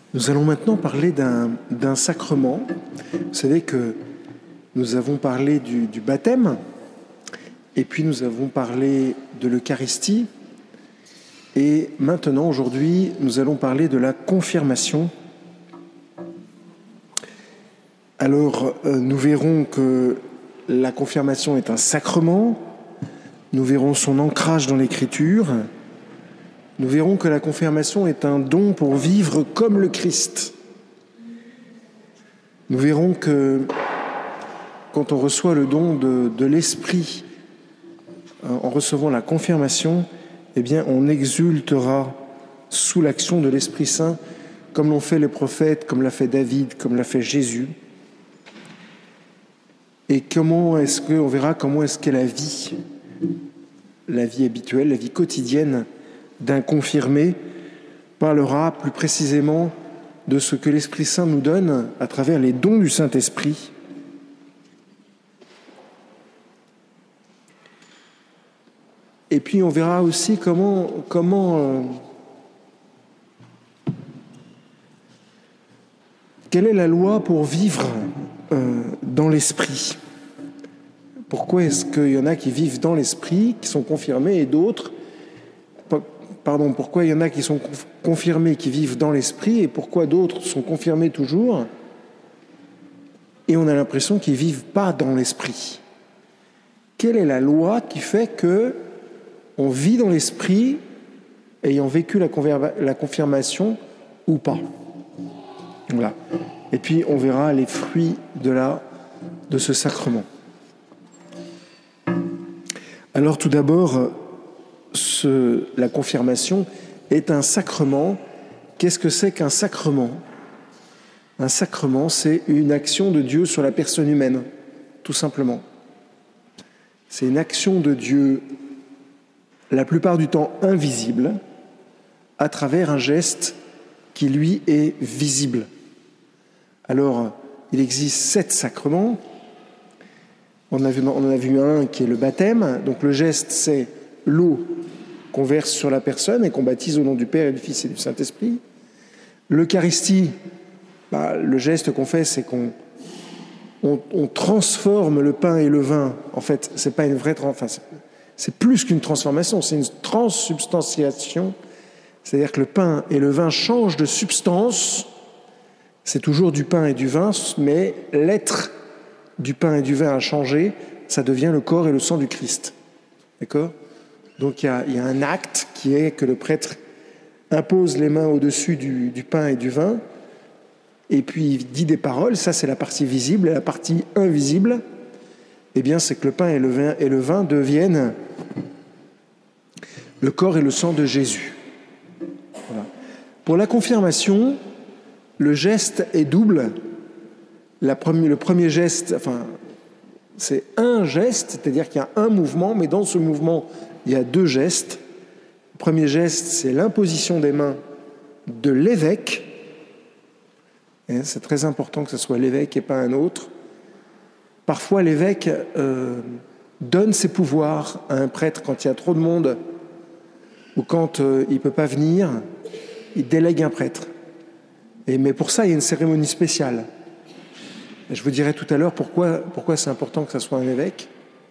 Nous allons maintenant parler d'un sacrement. Vous savez que nous avons parlé du baptême, et puis nous avons parlé de l'Eucharistie, et maintenant, aujourd'hui, nous allons parler de la confirmation. Alors, nous verrons que la confirmation est un sacrement, nous verrons son ancrage dans l'Écriture, nous verrons que la confirmation est un don pour vivre comme le Christ. Nous verrons que quand on reçoit le don de l'Esprit, en recevant la confirmation, eh bien, on exultera sous l'action de l'Esprit Saint, comme l'ont fait les prophètes, comme l'a fait David, comme l'a fait Jésus. Et on verra comment est-ce qu'est la vie habituelle, la vie quotidienne d'un confirmé, parlera plus précisément de ce que l'Esprit Saint nous donne à travers les dons du Saint-Esprit. Et puis on verra aussi quelle est la loi pour vivre dans l'Esprit. Pourquoi est-ce qu'il y en a qui vivent dans l'Esprit, qui sont confirmés, et d'autres... pourquoi il y en a qui sont confirmés, qui vivent dans l'Esprit, et pourquoi d'autres sont confirmés toujours, et on a l'impression qu'ils ne vivent pas dans l'Esprit. Quelle est la loi qui fait que on vit dans l'Esprit, ayant vécu la confirmation, ou pas? Voilà. Et puis on verra les fruits de ce sacrement. Alors tout d'abord, la confirmation est un sacrement. Qu'est-ce que c'est qu'un sacrement? Un sacrement, c'est une action de Dieu sur la personne humaine, tout simplement. C'est une action de Dieu, la plupart du temps invisible, à travers un geste qui, lui, est visible. Alors, il existe 7 sacrements. On en a vu un qui est le baptême. Donc le geste, c'est l'eau qu'on verse sur la personne et qu'on baptise au nom du Père et du Fils et du Saint-Esprit. L'Eucharistie, le geste qu'on fait, c'est qu'on transforme le pain et le vin. En fait, c'est pas une vraie c'est plus qu'une transformation, c'est une transsubstantiation. C'est-à-dire que le pain et le vin changent de substance. C'est toujours du pain et du vin, mais l'être du pain et du vin a changé, ça devient le corps et le sang du Christ. D'accord ? Donc il y a un acte qui est que le prêtre impose les mains au-dessus du pain et du vin, et puis il dit des paroles. Ça, c'est la partie visible. Et la partie invisible, eh bien, c'est que le pain et le vin deviennent le corps et le sang de Jésus. Voilà. Pour la confirmation, le geste est double. Le premier geste, c'est un geste, c'est-à-dire qu'il y a un mouvement, mais dans ce mouvement, il y a 2 gestes. Le premier geste, c'est l'imposition des mains de l'évêque. Et c'est très important que ce soit l'évêque et pas un autre. Parfois, l'évêque donne ses pouvoirs à un prêtre quand il y a trop de monde ou quand il ne peut pas venir, il délègue un prêtre. Mais pour ça, il y a une cérémonie spéciale. Et je vous dirai tout à l'heure pourquoi c'est important que ce soit un évêque.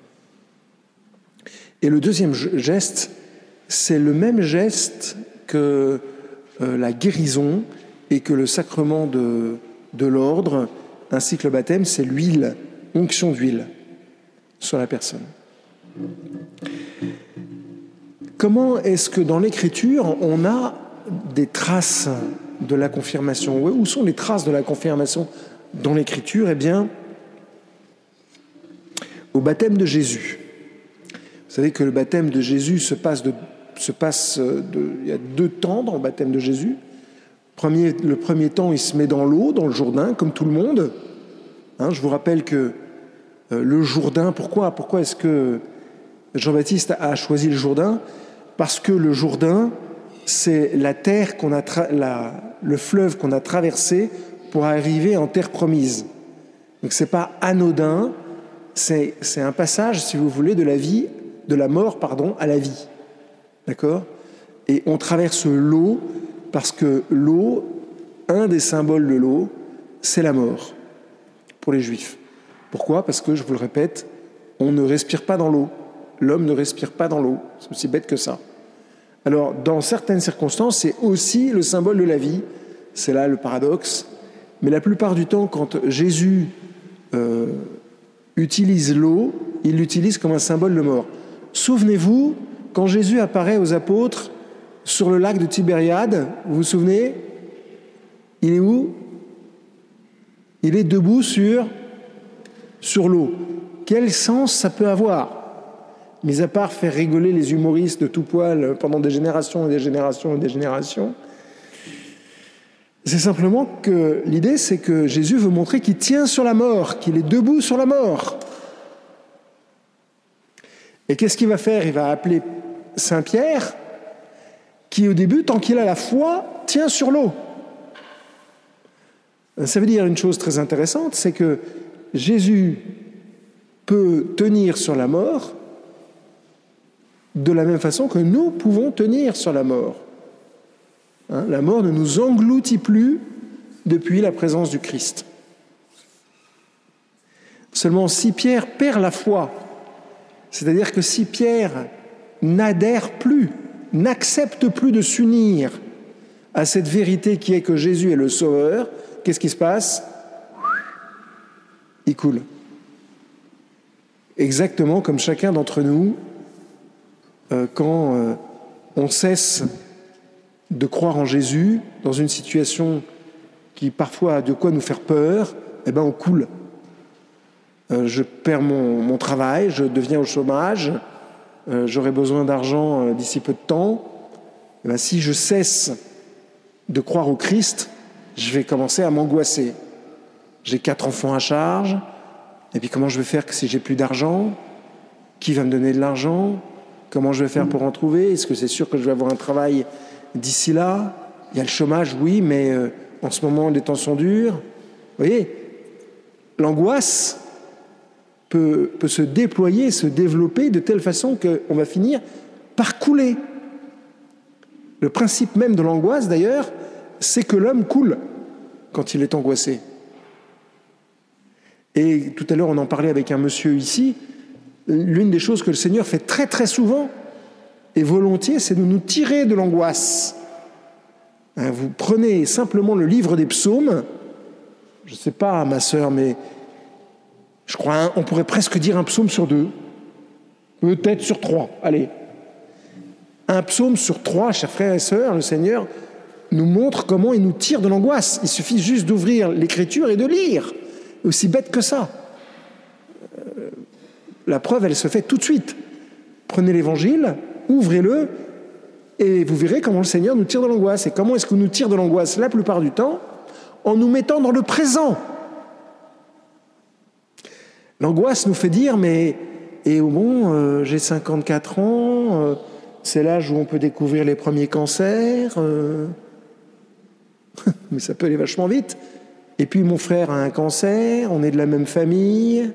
Et le deuxième geste, c'est le même geste que la guérison et que le sacrement de l'ordre, ainsi que le baptême, c'est l'huile, onction d'huile sur la personne. Comment est-ce que dans l'Écriture, on a des traces de la confirmation? Où sont les traces de la confirmation dans l'Écriture? Eh bien, au baptême de Jésus. Vous savez que le baptême de Jésus il y a 2 temps dans le baptême de Jésus. Le premier temps, il se met dans l'eau, dans le Jourdain, comme tout le monde. Je vous rappelle que le Jourdain, pourquoi est-ce que Jean-Baptiste a choisi le Jourdain? Parce que le Jourdain, c'est la terre le fleuve qu'on a traversé pour arriver en terre promise. Donc c'est pas anodin, c'est un passage, si vous voulez, de la mort à la vie. D'accord ? Et on traverse l'eau parce que l'eau un des symboles de l'eau, c'est la mort pour les Juifs. Pourquoi ? Parce que, je vous le répète, on ne respire pas dans l'eau. L'homme ne respire pas dans l'eau. C'est aussi bête que ça. Alors, dans certaines circonstances, c'est aussi le symbole de la vie. C'est là le paradoxe. Mais la plupart du temps, quand Jésus utilise l'eau, il l'utilise comme un symbole de mort. Souvenez-vous, quand Jésus apparaît aux apôtres sur le lac de Tibériade, vous vous souvenez ? Il est où ? Il est debout sur l'eau. Quel sens ça peut avoir ? Mis à part faire rigoler les humoristes de tout poil pendant des générations et des générations et des générations, c'est simplement que l'idée, c'est que Jésus veut montrer qu'il tient sur la mort, qu'il est debout sur la mort. Et qu'est-ce qu'il va faire ? Il va appeler Saint Pierre, qui au début, tant qu'il a la foi, tient sur l'eau. Ça veut dire une chose très intéressante, c'est que Jésus peut tenir sur la mort de la même façon que nous pouvons tenir sur la mort. La mort ne nous engloutit plus depuis la présence du Christ. Seulement, si Pierre perd la foi, c'est-à-dire que si Pierre n'adhère plus, n'accepte plus de s'unir à cette vérité qui est que Jésus est le Sauveur, qu'est-ce qui se passe ? Il coule. Exactement comme chacun d'entre nous, quand on cesse de croire en Jésus dans une situation qui parfois a de quoi nous faire peur, eh ben on coule. Je perds mon travail, je deviens au chômage, j'aurai besoin d'argent d'ici peu de temps. Eh ben, si je cesse de croire au Christ, je vais commencer à m'angoisser. J'ai 4 enfants à charge, et puis comment je vais faire si j'ai plus d'argent ? Qui va me donner de l'argent ? Comment je vais faire pour en trouver ? Est-ce que c'est sûr que je vais avoir un travail d'ici là ? Il y a le chômage, oui, mais en ce moment, les temps sont durs. Vous voyez, l'angoisse peut se déployer, se développer de telle façon qu'on va finir par couler. Le principe même de l'angoisse, d'ailleurs, c'est que l'homme coule quand il est angoissé. Et tout à l'heure, on en parlait avec un monsieur ici. L'une des choses que le Seigneur fait très très souvent et volontiers, c'est de nous tirer de l'angoisse. Vous prenez simplement le livre des psaumes, je ne sais pas, ma sœur, mais je crois on pourrait presque dire un psaume sur 2, peut-être sur 3, allez. Un psaume sur 3, chers frères et sœurs, le Seigneur nous montre comment il nous tire de l'angoisse. Il suffit juste d'ouvrir l'Écriture et de lire. Aussi bête que ça. La preuve, elle se fait tout de suite. Prenez l'Évangile, ouvrez-le, et vous verrez comment le Seigneur nous tire de l'angoisse. Et comment est-ce qu'il nous tire de l'angoisse la plupart du temps ? En nous mettant dans le présent. L'angoisse nous fait dire, mais j'ai 54 ans, c'est l'âge où on peut découvrir les premiers cancers, mais ça peut aller vachement vite. Et puis mon frère a un cancer, on est de la même famille.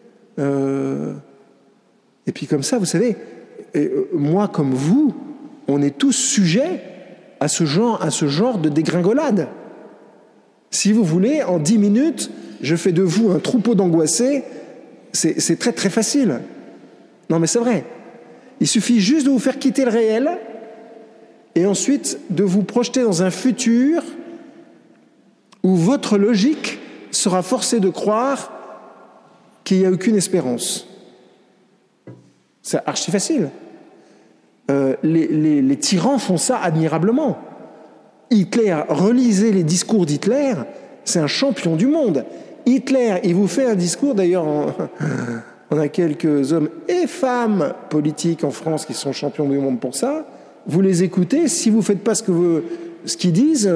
Et puis comme ça, vous savez, moi comme vous, on est tous sujets à ce genre de dégringolade. Si vous voulez, en 10 minutes, je fais de vous un troupeau d'angoissés, c'est très très facile. Non mais c'est vrai. Il suffit juste de vous faire quitter le réel et ensuite de vous projeter dans un futur où votre logique sera forcée de croire qu'il n'y a aucune espérance. C'est archi facile. Les tyrans font ça admirablement. Hitler, relisez les discours d'Hitler, c'est un champion du monde. Hitler, il vous fait un discours, d'ailleurs, on a quelques hommes et femmes politiques en France qui sont champions du monde pour ça. Vous les écoutez, si vous ne faites pas ce qu'ils disent,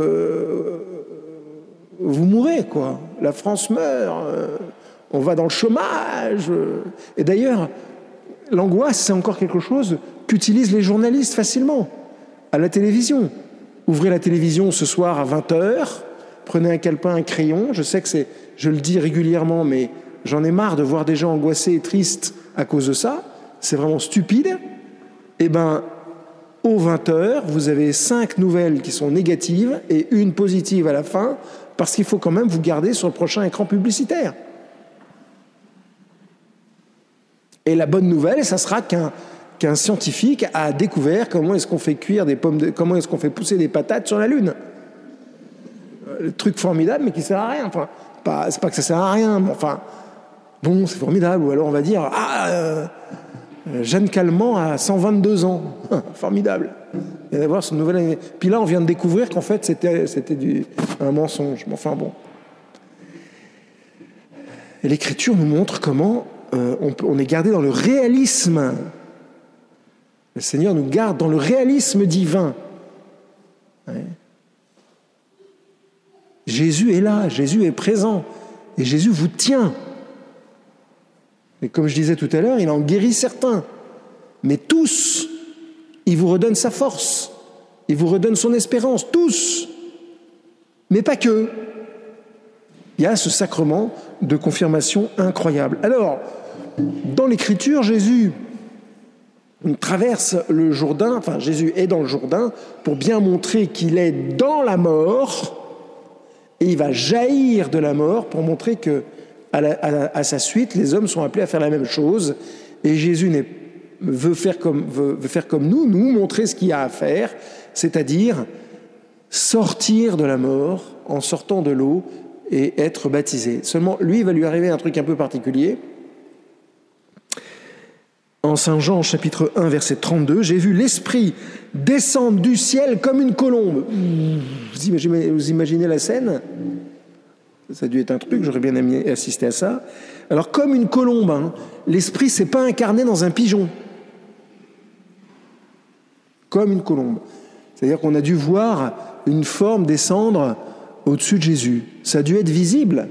vous mourrez, quoi. La France meurt, on va dans le chômage. Et d'ailleurs, l'angoisse, c'est encore quelque chose qu'utilisent les journalistes facilement, à la télévision. Ouvrez la télévision ce soir à 20h, prenez un calepin, un crayon. Je sais que je le dis régulièrement, mais j'en ai marre de voir des gens angoissés et tristes à cause de ça. C'est vraiment stupide. Eh bien, aux 20h, vous avez 5 nouvelles qui sont négatives et une positive à la fin, parce qu'il faut quand même vous garder sur le prochain écran publicitaire. Et la bonne nouvelle, ça sera qu'un scientifique a découvert comment est-ce qu'on fait cuire comment est-ce qu'on fait pousser des patates sur la Lune. Le truc formidable, mais qui sert à rien. Enfin, c'est pas que ça sert à rien, mais enfin, bon, c'est formidable. Ou alors on va dire, Jeanne Calment a 122 ans. Formidable. Et d'avoir ce nouvel année. Puis là, on vient de découvrir qu'en fait, c'était un mensonge. Enfin bon. Et l'Écriture nous montre comment on est gardé dans le réalisme. Le Seigneur nous garde dans le réalisme divin. Ouais. Jésus est là, Jésus est présent, et Jésus vous tient. Et comme je disais tout à l'heure, il en guérit certains. Mais tous, il vous redonne sa force, il vous redonne son espérance, tous. Mais pas que. Il y a ce sacrement de confirmation incroyable. Alors, dans l'Écriture, Jésus traverse le Jourdain, enfin Jésus est dans le Jourdain pour bien montrer qu'il est dans la mort, et il va jaillir de la mort pour montrer que à sa suite, les hommes sont appelés à faire la même chose, et Jésus veut faire comme nous montrer ce qu'il y a à faire, c'est-à-dire sortir de la mort en sortant de l'eau et être baptisé. Seulement, lui, il va lui arriver un truc un peu particulier. En Saint Jean, chapitre 1, verset 32, « J'ai vu l'Esprit descendre du ciel comme une colombe. » Vous imaginez la scène ? Ça a dû être un truc, j'aurais bien aimé assister à ça. Alors, comme une colombe, l'Esprit ne s'est pas incarné dans un pigeon. Comme une colombe. C'est-à-dire qu'on a dû voir une forme descendre au-dessus de Jésus. Ça a dû être visible.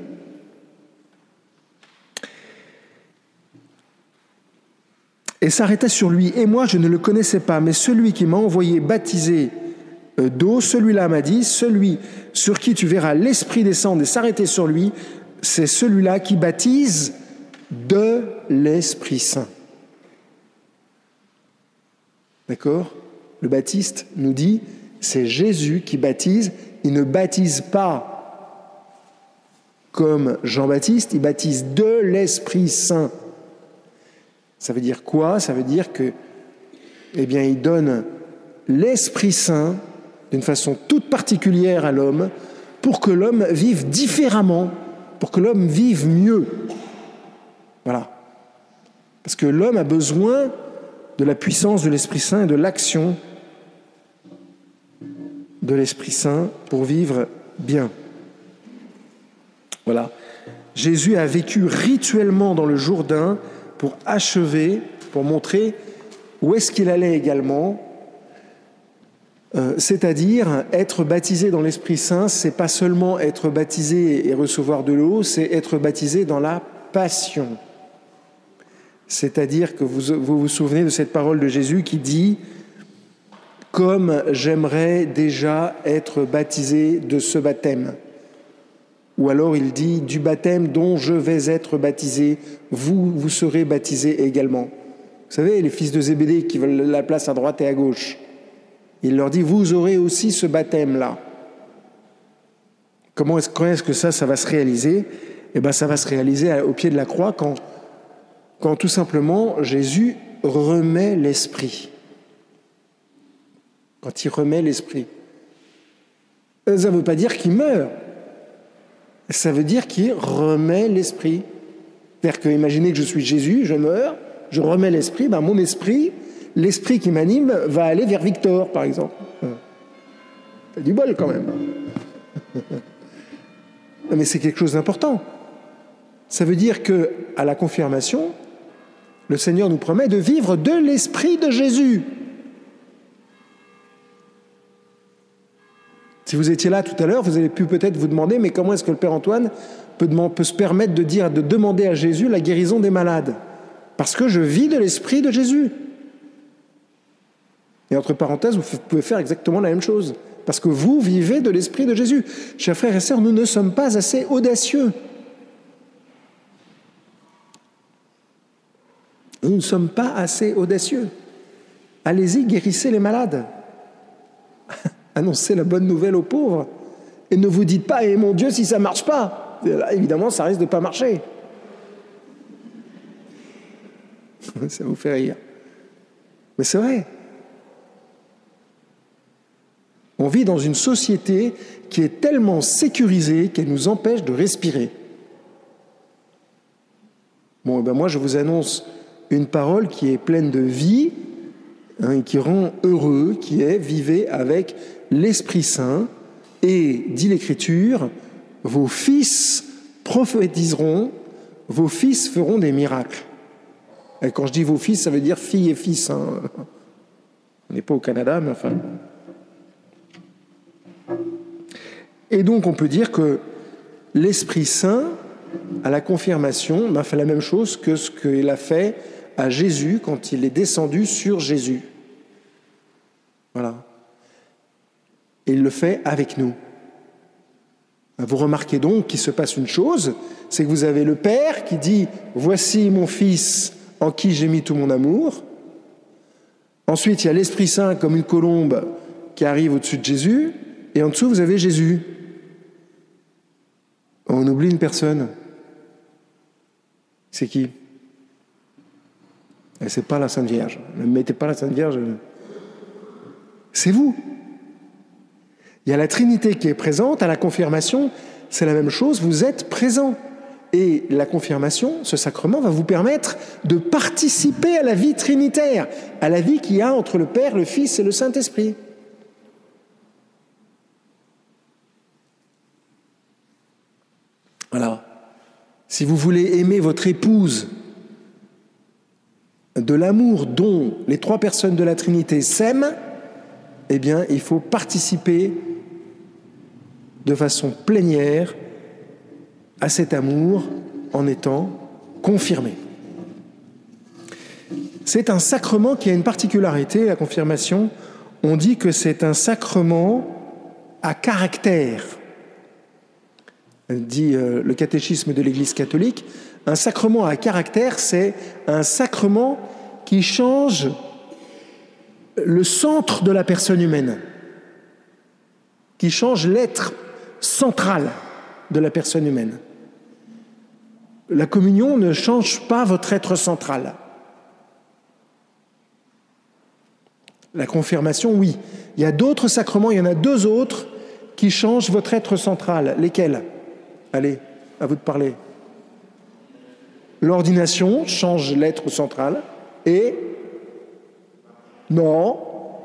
Et s'arrêta sur lui. Et moi, je ne le connaissais pas, mais celui qui m'a envoyé baptiser d'eau, celui-là m'a dit, celui sur qui tu verras l'Esprit descendre et s'arrêter sur lui, c'est celui-là qui baptise de l'Esprit Saint. D'accord ? Le baptiste nous dit, c'est Jésus qui baptise, il ne baptise pas comme Jean-Baptiste, il baptise de l'Esprit Saint. Ça veut dire quoi ? Ça veut dire que, il donne l'Esprit Saint d'une façon toute particulière à l'homme pour que l'homme vive différemment, pour que l'homme vive mieux. Voilà. Parce que l'homme a besoin de la puissance de l'Esprit Saint et de l'action de l'Esprit Saint pour vivre bien. Voilà. Jésus a vécu rituellement dans le Jourdain pour achever, pour montrer où est-ce qu'il allait également, c'est-à-dire être baptisé dans l'Esprit Saint, c'est pas seulement être baptisé et recevoir de l'eau, c'est être baptisé dans la passion. C'est-à-dire que vous souvenez de cette parole de Jésus qui dit « Comme j'aimerais déjà être baptisé de ce baptême ». Ou alors il dit « Du baptême dont je vais être baptisé, vous serez baptisés également ». Vous savez, les fils de Zébédée qui veulent la place à droite et à gauche. Il leur dit « Vous aurez aussi ce baptême-là ». Quand est-ce que ça va se réaliser ? Ça va se réaliser au pied de la croix quand tout simplement Jésus remet l'Esprit. Quand il remet l'Esprit. Ça ne veut pas dire qu'il meurt. Ça veut dire qu'il remet l'Esprit. C'est-à-dire que, imaginez que je suis Jésus, je meurs, je remets l'Esprit, mon esprit, l'Esprit qui m'anime va aller vers Victor, par exemple. T'as du bol quand même. Mais c'est quelque chose d'important. Ça veut dire qu'à la confirmation, le Seigneur nous promet de vivre de l'Esprit de Jésus. Si vous étiez là tout à l'heure, vous avez pu peut-être vous demander, mais comment est-ce que le Père Antoine peut se permettre de demander à Jésus la guérison des malades ? Parce que je vis de l'Esprit de Jésus. Et entre parenthèses, vous pouvez faire exactement la même chose. Parce que vous vivez de l'Esprit de Jésus. Chers frères et sœurs, nous ne sommes pas assez audacieux. Nous ne sommes pas assez audacieux. Allez-y, guérissez les malades. Annoncez la bonne nouvelle aux pauvres. Et ne vous dites pas, mon Dieu, si ça ne marche pas. Et là, évidemment, ça risque de ne pas marcher. Ça vous fait rire. Mais c'est vrai. On vit dans une société qui est tellement sécurisée qu'elle nous empêche de respirer. Bon, ben moi, je vous annonce une parole qui est pleine de vie, qui rend heureux, qui est « Vivez avec l'Esprit Saint ». Et, dit l'Écriture, vos fils prophétiseront, vos fils feront des miracles. Et quand je dis vos fils, ça veut dire filles et fils. On n'est pas au Canada, mais enfin. Et donc, on peut dire que l'Esprit Saint, à la confirmation, m'a fait la même chose que ce qu'il a fait à Jésus quand il est descendu sur Jésus. Voilà. Et il le fait avec nous. Vous remarquez donc qu'il se passe une chose, c'est que vous avez le Père qui dit « Voici mon Fils en qui j'ai mis tout mon amour ». Ensuite, il y a l'Esprit Saint comme une colombe qui arrive au-dessus de Jésus, et en dessous, vous avez Jésus. On oublie une personne. C'est qui ? Et c'est pas la Sainte Vierge. Ne mettez pas la Sainte Vierge. C'est vous. Il y a la Trinité qui est présente, à la confirmation, c'est la même chose, vous êtes présents. Et la confirmation, ce sacrement, va vous permettre de participer à la vie trinitaire, à la vie qu'il y a entre le Père, le Fils et le Saint-Esprit. Voilà. Si vous voulez aimer votre épouse de l'amour dont les trois personnes de la Trinité s'aiment, eh bien, il faut participer de façon plénière à cet amour en étant confirmé. C'est un sacrement qui a une particularité, la confirmation. On dit que c'est un sacrement à caractère. Dit le catéchisme de l'Église catholique, un sacrement à caractère, c'est un sacrement qui change le centre de la personne humaine, qui change l'être central de la personne humaine. La communion ne change pas votre être central. La confirmation, oui. Il y a d'autres sacrements, il y en a deux autres qui changent votre être central. Lesquels ? Allez, à vous de parler. L'ordination change l'être central et... Non.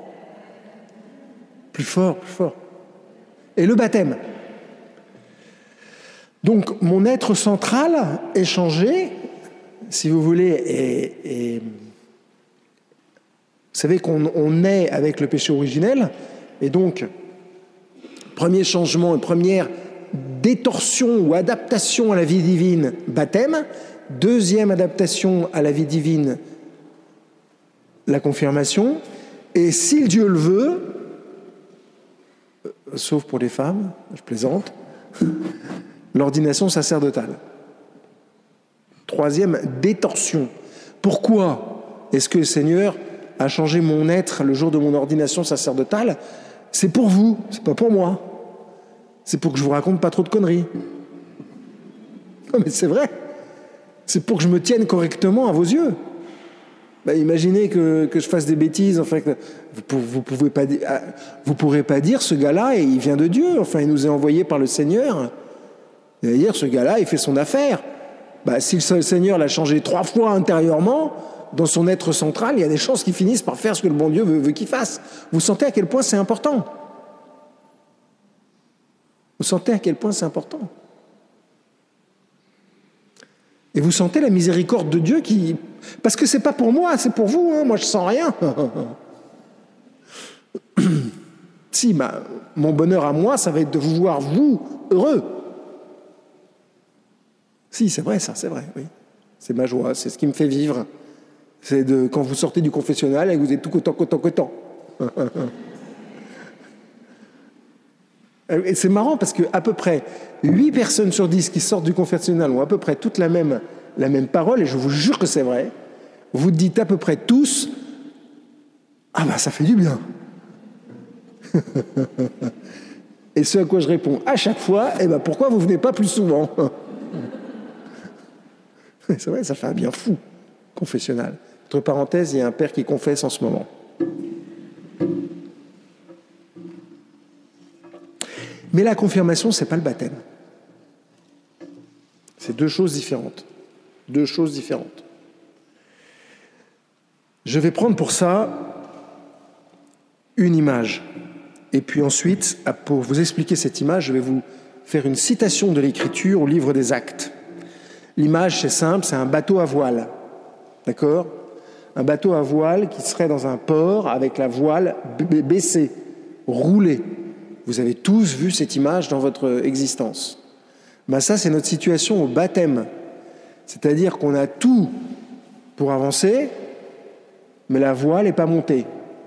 Plus fort, plus fort. Et le baptême. Donc, mon être central est changé, si vous voulez, et vous savez qu'on naît avec le péché originel, et donc, premier changement, une première détorsion ou adaptation à la vie divine, baptême. Deuxième adaptation à la vie divine, la confirmation. Et si Dieu le veut, sauf pour les femmes, je plaisante, l'ordination sacerdotale. Troisième détorsion. Pourquoi est-ce que le Seigneur a changé mon être le jour de mon ordination sacerdotale ? C'est pour vous, c'est pas pour moi. C'est pour que je vous raconte pas trop de conneries. Non mais c'est vrai. C'est pour que je me tienne correctement à vos yeux. Imaginez que je fasse des bêtises. Enfin, vous pourrez pas dire ce gars-là, il vient de Dieu. Enfin, il nous est envoyé par le Seigneur. Et dire ce gars-là, il fait son affaire. Si le Seigneur l'a changé 3 fois intérieurement, dans son être central, il y a des chances qu'il finisse par faire ce que le bon Dieu veut qu'il fasse. Vous sentez à quel point c'est important ? Vous sentez à quel point c'est important ? Et vous sentez la miséricorde de Dieu qui... Parce que c'est pas pour moi, c'est pour vous, hein. Moi je sens rien. Si, mon bonheur à moi, ça va être de vous voir, vous, heureux. Si, c'est vrai ça, c'est vrai, oui. C'est ma joie, c'est ce qui me fait vivre. C'est quand vous sortez du confessionnal et que vous êtes tout content. Et c'est marrant parce qu'à peu près 8 personnes sur 10 qui sortent du confessionnal ont à peu près toutes la même parole, et je vous jure que c'est vrai. Vous dites à peu près tous « Ah ben ça fait du bien. Et ce à quoi je réponds à chaque fois, eh ben pourquoi vous venez pas plus souvent? C'est vrai, ça fait un bien fou, confessionnal. Entre parenthèses, il y a un père qui confesse en ce moment. Mais la confirmation, c'est pas le baptême. C'est deux choses différentes. Deux choses différentes. Je vais prendre pour ça une image. Et puis ensuite, pour vous expliquer cette image, je vais vous faire une citation de l'Écriture au livre des Actes. L'image, c'est simple, c'est un bateau à voile. D'accord ? Un bateau à voile qui serait dans un port avec la voile baissée, roulée. Vous avez tous vu cette image dans votre existence. Ben ça, c'est notre situation au baptême. C'est-à-dire qu'on a tout pour avancer, mais la voile n'est pas montée.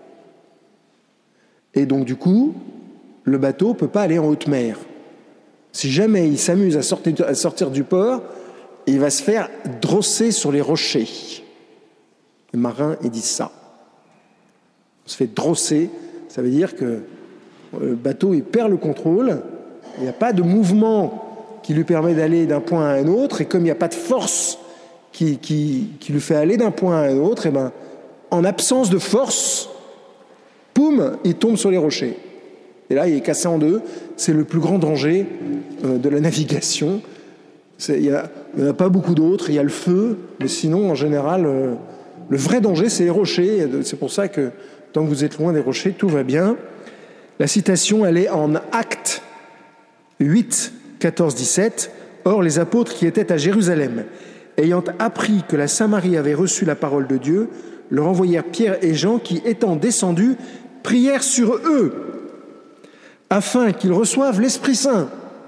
Et donc, du coup, le bateau ne peut pas aller en haute mer. Si jamais il s'amuse à sortir du port, il va se faire drosser sur les rochers. Les marins, ils disent ça. On se fait drosser, ça veut dire que le bateau, il perd le contrôle, il n'y a pas de mouvement qui lui permet d'aller d'un point à un autre, et comme il n'y a pas de force qui lui fait aller d'un point à un autre, et ben, en absence de force, poum, il tombe sur les rochers. Et là, il est cassé en deux. C'est le plus grand danger de la navigation. Il n'y en a pas beaucoup d'autres. Il y a le feu, mais sinon, en général, le vrai danger, c'est les rochers. C'est pour ça que, tant que vous êtes loin des rochers, tout va bien. La citation, elle est en Actes 8, 14, 17. « Or, les apôtres qui étaient à Jérusalem, ayant appris que la Samarie avait reçu la parole de Dieu, leur envoyèrent Pierre et Jean qui, étant descendus, prièrent sur eux, afin qu'ils reçoivent l'Esprit Saint.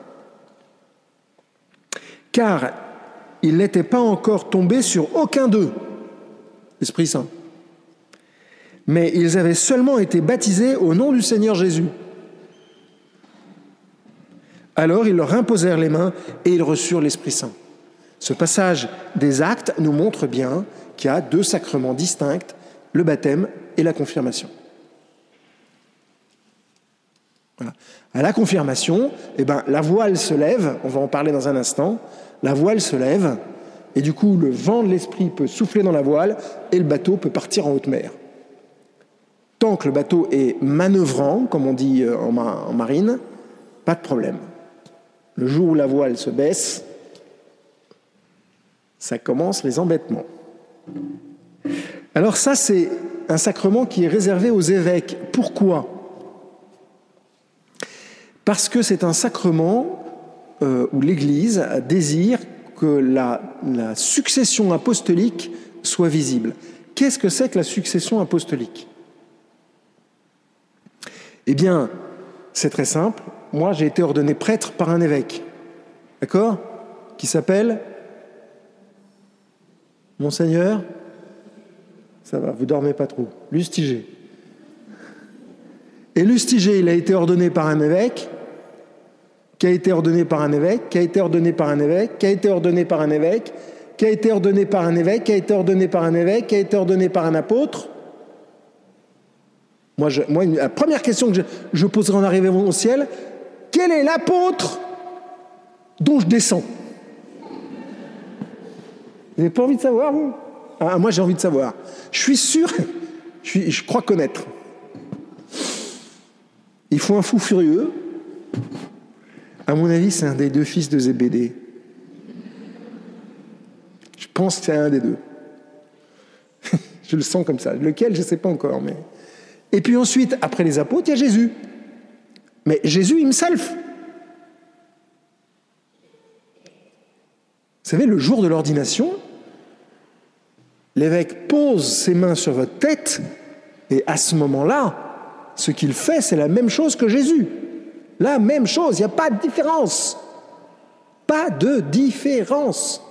Car il n'était pas encore tombé sur aucun d'eux, l'Esprit Saint. Mais ils avaient seulement été baptisés au nom du Seigneur Jésus. Alors ils leur imposèrent les mains et ils reçurent l'Esprit Saint. » Ce passage des Actes nous montre bien qu'il y a deux sacrements distincts, le baptême et la confirmation. Voilà. À la confirmation, la voile se lève, on va en parler dans un instant, la voile se lève, et du coup le vent de l'esprit peut souffler dans la voile et le bateau peut partir en haute mer. Tant que le bateau est manœuvrant, comme on dit en marine, pas de problème. Le jour où la voile se baisse, ça commence les embêtements. Alors ça, c'est un sacrement qui est réservé aux évêques. Pourquoi ? Parce que c'est un sacrement où l'Église désire que la succession apostolique soit visible. Qu'est-ce que c'est que la succession apostolique ? Eh bien, c'est très simple. Moi, j'ai été ordonné prêtre par un évêque, d'accord ? Qui s'appelle Monseigneur, ça va, vous dormez pas trop, Lustiger. Et Lustiger, il a été ordonné par un évêque, qui a été ordonné par un évêque, qui a été ordonné par un évêque, qui a été ordonné par un évêque, qui a été ordonné par un évêque, qui a été ordonné par un évêque, qui a été ordonné par un apôtre. Moi, la première question que je poserai en arrivant au ciel, quel est l'apôtre dont je descends ? Vous n'avez pas envie de savoir, vous ? Ah, moi, j'ai envie de savoir. Je suis sûr, je crois connaître. Il faut un fou furieux. À mon avis, c'est un des deux fils de Zébédée. Je pense que c'est un des deux. Je le sens comme ça. Lequel, je ne sais pas encore. Mais... Et puis ensuite, après les apôtres, il y a Jésus. Mais Jésus himself. Vous savez, le jour de l'ordination, l'évêque pose ses mains sur votre tête et à ce moment-là, ce qu'il fait, c'est la même chose que Jésus. La même chose, il n'y a pas de différence. Pas de différence.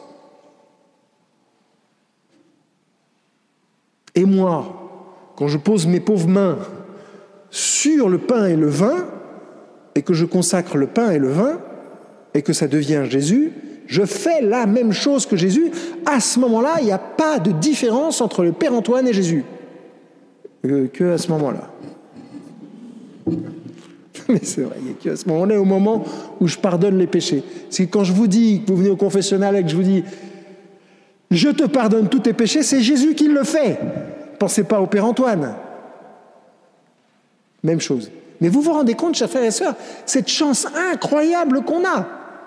Et moi, quand je pose mes pauvres mains sur le pain et le vin, et que je consacre le pain et le vin, et que ça devient Jésus, je fais la même chose que Jésus. À ce moment-là, il n'y a pas de différence entre le Père Antoine et Jésus. que à ce moment-là. Mais c'est vrai, il n'y a qu'à ce moment-là, au moment où je pardonne les péchés. C'est quand je vous dis, que vous venez au confessionnal et que je vous dis « Je te pardonne tous tes péchés », c'est Jésus qui le fait. Pensez pas au Père Antoine. Même chose. Mais vous vous rendez compte, chers frères et sœurs, cette chance incroyable qu'on a.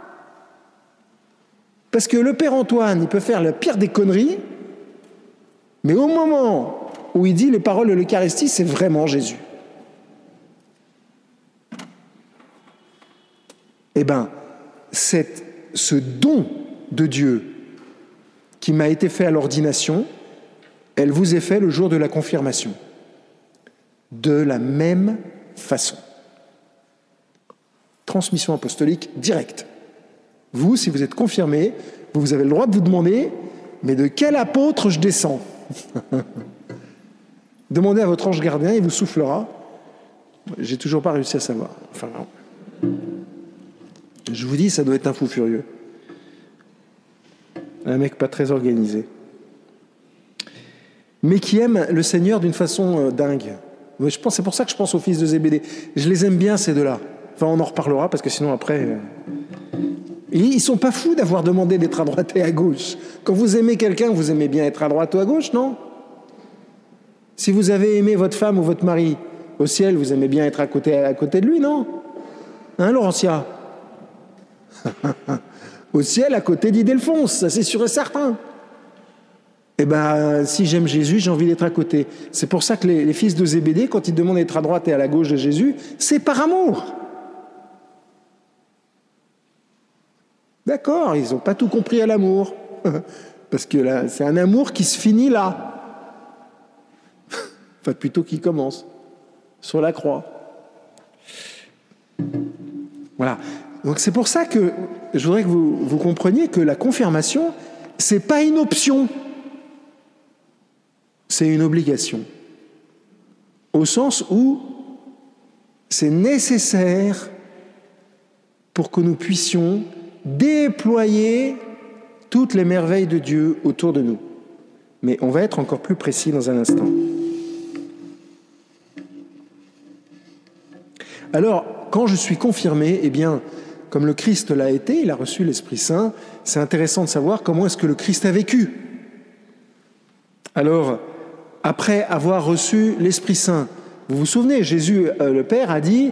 Parce que le Père Antoine, il peut faire la pire des conneries, mais au moment où il dit les paroles de l'Eucharistie, c'est vraiment Jésus. Eh bien, ce don de Dieu qui m'a été fait à l'ordination, elle vous est faite le jour de la confirmation. De la même façon. Transmission apostolique directe. Vous, si vous êtes confirmé, vous avez le droit de vous demander, mais de quel apôtre je descends? Demandez à votre ange gardien, il vous soufflera. J'ai toujours pas réussi à savoir. Enfin, non. Je vous dis, ça doit être un fou furieux. Un mec pas très organisé. Mais qui aime le Seigneur d'une façon dingue. C'est pour ça que je pense aux fils de Zébédée. Je les aime bien, ces deux-là. Enfin, on en reparlera, parce que sinon, après... Et ils ne sont pas fous d'avoir demandé d'être à droite et à gauche. Quand vous aimez quelqu'un, vous aimez bien être à droite ou à gauche, non? Si vous avez aimé votre femme ou votre mari au ciel, vous aimez bien être à côté de lui, non? Hein, Laurentia? Au ciel, à côté d'Ildefonse, ça c'est sûr et certain. Eh bien, si j'aime Jésus, j'ai envie d'être à côté. C'est pour ça que les fils de Zébédée, quand ils demandent d'être à droite et à la gauche de Jésus, c'est par amour. D'accord, ils n'ont pas tout compris à l'amour. Parce que là, c'est un amour qui se finit là. Enfin, plutôt qui commence. Sur la croix. Voilà. Donc c'est pour ça que je voudrais que vous compreniez que la confirmation, c'est pas une option. C'est une obligation. Au sens où c'est nécessaire pour que nous puissions déployer toutes les merveilles de Dieu autour de nous. Mais on va être encore plus précis dans un instant. Alors, quand je suis confirmé, eh bien, comme le Christ l'a été, il a reçu l'Esprit Saint, c'est intéressant de savoir comment est-ce que le Christ a vécu. Alors, après avoir reçu l'Esprit Saint, vous vous souvenez, Jésus, le Père, a dit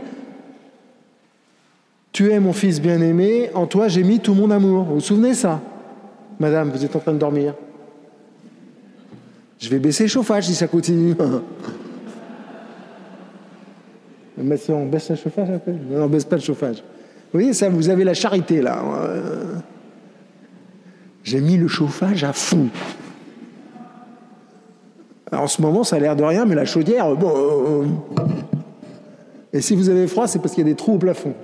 « Tu es mon Fils bien-aimé, en toi j'ai mis tout mon amour. » Vous vous souvenez ça? Madame, vous êtes en train de dormir. Je vais baisser le chauffage si ça continue. Mais si on baisse le chauffage un peu? Non, on ne baisse pas le chauffage. Vous voyez, ça, vous avez la charité, là. J'ai mis le chauffage à fond. Alors, en ce moment, ça a l'air de rien, mais la chaudière, bon... Et si vous avez froid, c'est parce qu'il y a des trous au plafond.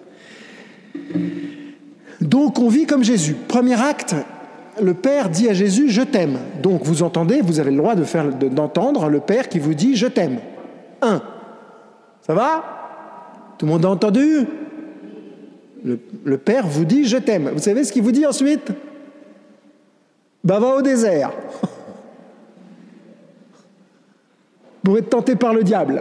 Donc, on vit comme Jésus. Premier acte, le Père dit à Jésus « Je t'aime ». Donc, vous entendez, vous avez le droit d'entendre le Père qui vous dit « Je t'aime ». 1. Ça va? Tout le monde a entendu? Le Père vous dit « Je t'aime ». Vous savez ce qu'il vous dit ensuite? Va au désert. Pour être tenté par le diable.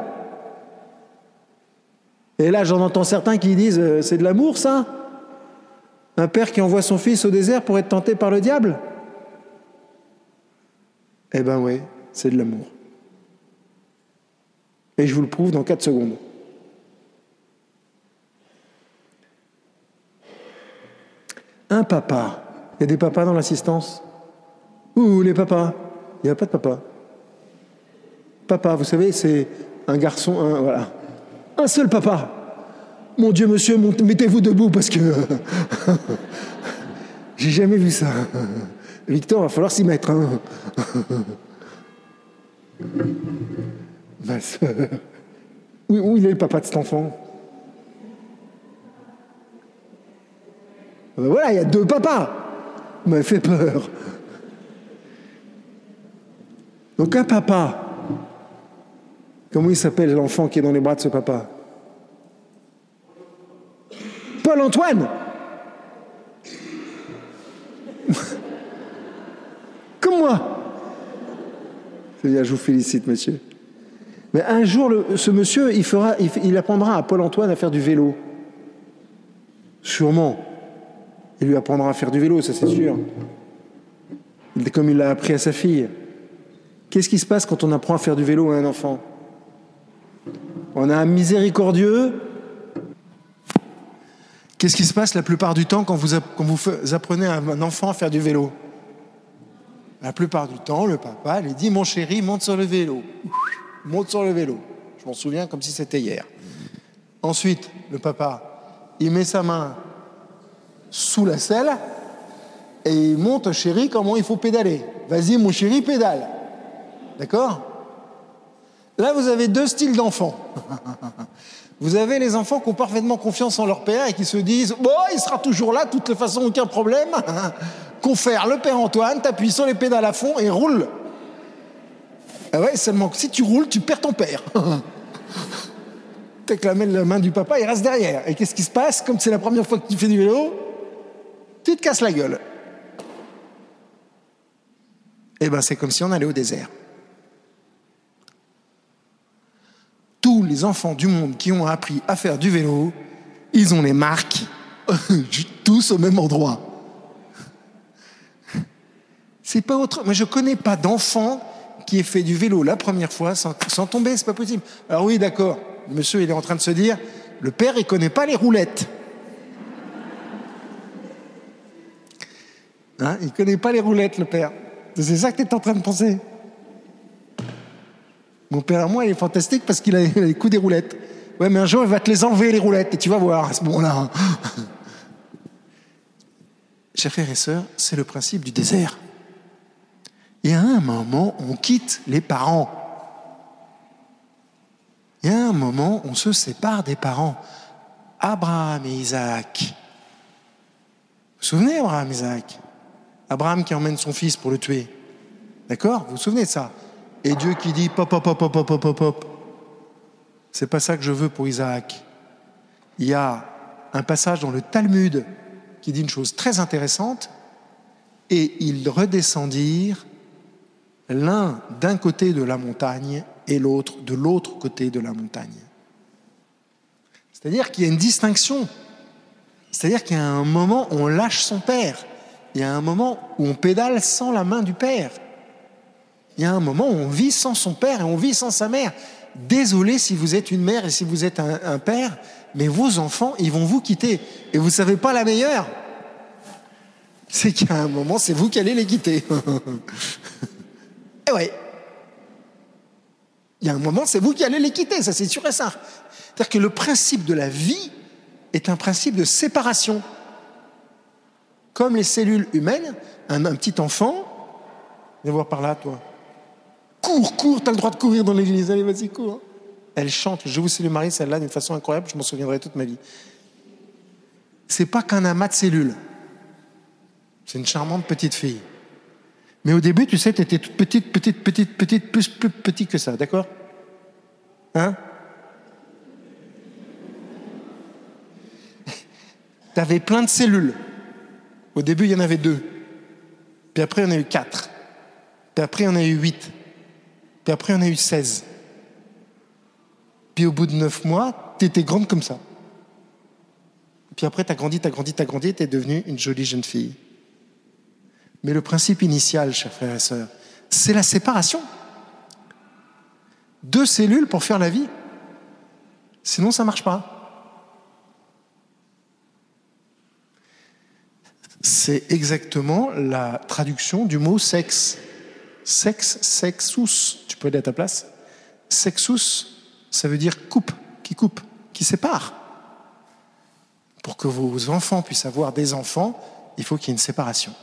Et là, j'en entends certains qui disent « C'est de l'amour, ça? Un père qui envoie son fils au désert pour être tenté par le diable ?» Eh ben oui, c'est de l'amour. Et je vous le prouve dans 4 secondes. Un papa. Il y a des papas dans l'assistance? Ouh, les papas. Il n'y a pas de papa. Papa, vous savez, c'est un garçon, voilà. Un seul papa. Mon Dieu, monsieur, mettez-vous debout parce que... J'ai jamais vu ça. Victor, il va falloir s'y mettre. Hein. Ma soeur. Où il est le papa de cet enfant? Ben voilà, il y a 2 papas. Vous m'avez fait peur. Donc un papa. Comment il s'appelle l'enfant qui est dans les bras de ce papa? Paul-Antoine. Comme moi. C'est bien, je vous félicite, monsieur. Mais un jour, ce monsieur, il apprendra à Paul-Antoine à faire du vélo. Sûrement. Il lui apprendra à faire du vélo, ça c'est sûr. Comme il l'a appris à sa fille. Qu'est-ce qui se passe quand on apprend à faire du vélo à un enfant? On a un miséricordieux. Qu'est-ce qui se passe la plupart du temps quand vous apprenez à un enfant à faire du vélo? La plupart du temps, le papa lui dit « Mon chéri, monte sur le vélo. » Monte sur le vélo. Je m'en souviens comme si c'était hier. Ensuite, le papa, il met sa main sous la selle et il montre, chéri, comment il faut pédaler. Vas-y, mon chéri, pédale. D'accord? Là, vous avez deux styles d'enfants. Vous avez les enfants qui ont parfaitement confiance en leur père et qui se disent « Bon, il sera toujours là, de toute façon, aucun problème. Confère le père Antoine, t'appuies sur les pédales à fond et roule. » Ah ouais, seulement que si tu roules, tu perds ton père. T'as que la main du papa, il reste derrière. Et qu'est-ce qui se passe? Comme c'est la première fois que tu fais du vélo, tu te casses la gueule. Eh ben, c'est comme si on allait au désert. Tous les enfants du monde qui ont appris à faire du vélo, ils ont les marques tous au même endroit. C'est pas autre. Moi, je connais pas d'enfant qui ait fait du vélo la première fois sans tomber, c'est pas possible. Alors oui, d'accord, le monsieur, il est en train de se dire, le père, il connaît pas les roulettes. Hein, il connaît pas les roulettes, le père. C'est ça que tu es en train de penser. Mon père à moi, il est fantastique parce qu'il a les coups des roulettes. Ouais, mais un jour, il va te les enlever, les roulettes, et tu vas voir à ce moment-là. Chers frères et sœurs, c'est le principe du désert. Et à un moment, on quitte les parents. Et à un moment, on se sépare des parents. Abraham et Isaac. Vous vous souvenez, Abraham et Isaac? Abraham qui emmène son fils pour le tuer. D'accord? Vous vous souvenez de ça? Et Dieu qui dit, pop, pop, pop, pop, pop, pop, pop. C'est pas ça que je veux pour Isaac. Il y a un passage dans le Talmud qui dit une chose très intéressante. Et ils redescendirent l'un d'un côté de la montagne et l'autre de l'autre côté de la montagne. C'est-à-dire qu'il y a une distinction. C'est-à-dire qu'il y a un moment où on lâche son père. Il y a un moment où on pédale sans la main du père. Il y a un moment où on vit sans son père et on vit sans sa mère. Désolé si vous êtes une mère et si vous êtes un père, mais vos enfants, ils vont vous quitter. Et vous ne savez pas la meilleure. C'est qu'à un moment, c'est vous qui allez les quitter. Et ouais. Il y a un moment, c'est vous qui allez les quitter, ça c'est sûr et certain. C'est-à-dire que le principe de la vie est un principe de séparation. Comme les cellules humaines, un petit enfant, viens voir par là, toi. Cours, t'as le droit de courir dans l'église, allez, vas-y, cours. Elle chante, je vous salue Marie, celle-là, d'une façon incroyable, je m'en souviendrai toute ma vie. C'est pas qu'un amas de cellules. C'est une charmante petite fille. Mais au début, tu sais, tu étais toute petite, plus petite que ça, d'accord? Hein? Tu avais plein de cellules. Au début, il y en avait 2. Puis après, il y en a eu 4. Puis après, il y en a eu 8. Puis après, il y en a eu 16. Puis au bout de 9 mois, tu étais grande comme ça. Puis après, tu as grandi, tu es devenue une jolie jeune fille. Mais le principe initial, chers frères et sœurs, c'est la séparation. 2 cellules pour faire la vie. Sinon, ça ne marche pas. C'est exactement la traduction du mot sexe. Sexe, sexus. Tu peux aller à ta place. Sexus, ça veut dire coupe, qui sépare. Pour que vos enfants puissent avoir des enfants, il faut qu'il y ait une séparation.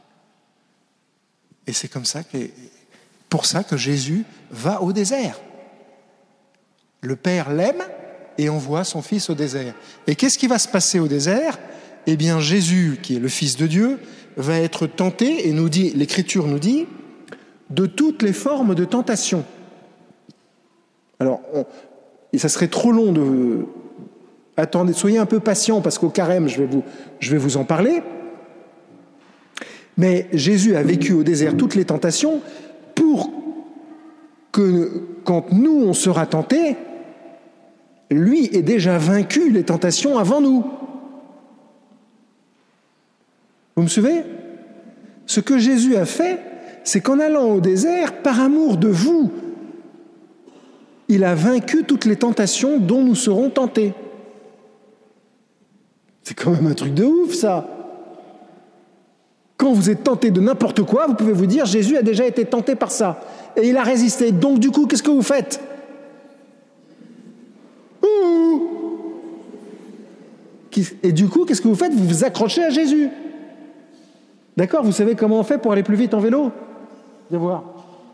Et c'est pour ça que Jésus va au désert. Le Père l'aime et envoie son Fils au désert. Et qu'est-ce qui va se passer au désert? Eh bien, Jésus, qui est le Fils de Dieu, va être tenté, et l'Écriture nous dit, de toutes les formes de tentation. Alors, ça serait trop long de... Attendez, soyez un peu patients, parce qu'au carême, je vais vous en parler. Mais Jésus a vécu au désert toutes les tentations pour que quand nous, on sera tentés, lui est déjà vaincu les tentations avant nous. Vous me suivez ? Ce que Jésus a fait, c'est qu'en allant au désert, par amour de vous, il a vaincu toutes les tentations dont nous serons tentés. C'est quand même un truc de ouf, ça. Quand vous êtes tenté de n'importe quoi, vous pouvez vous dire, Jésus a déjà été tenté par ça. Et il a résisté. Donc du coup, qu'est-ce que vous faites ? Et du coup, qu'est-ce que vous faites ? Vous vous accrochez à Jésus. D'accord ? Vous savez comment on fait pour aller plus vite en vélo ? Viens voir.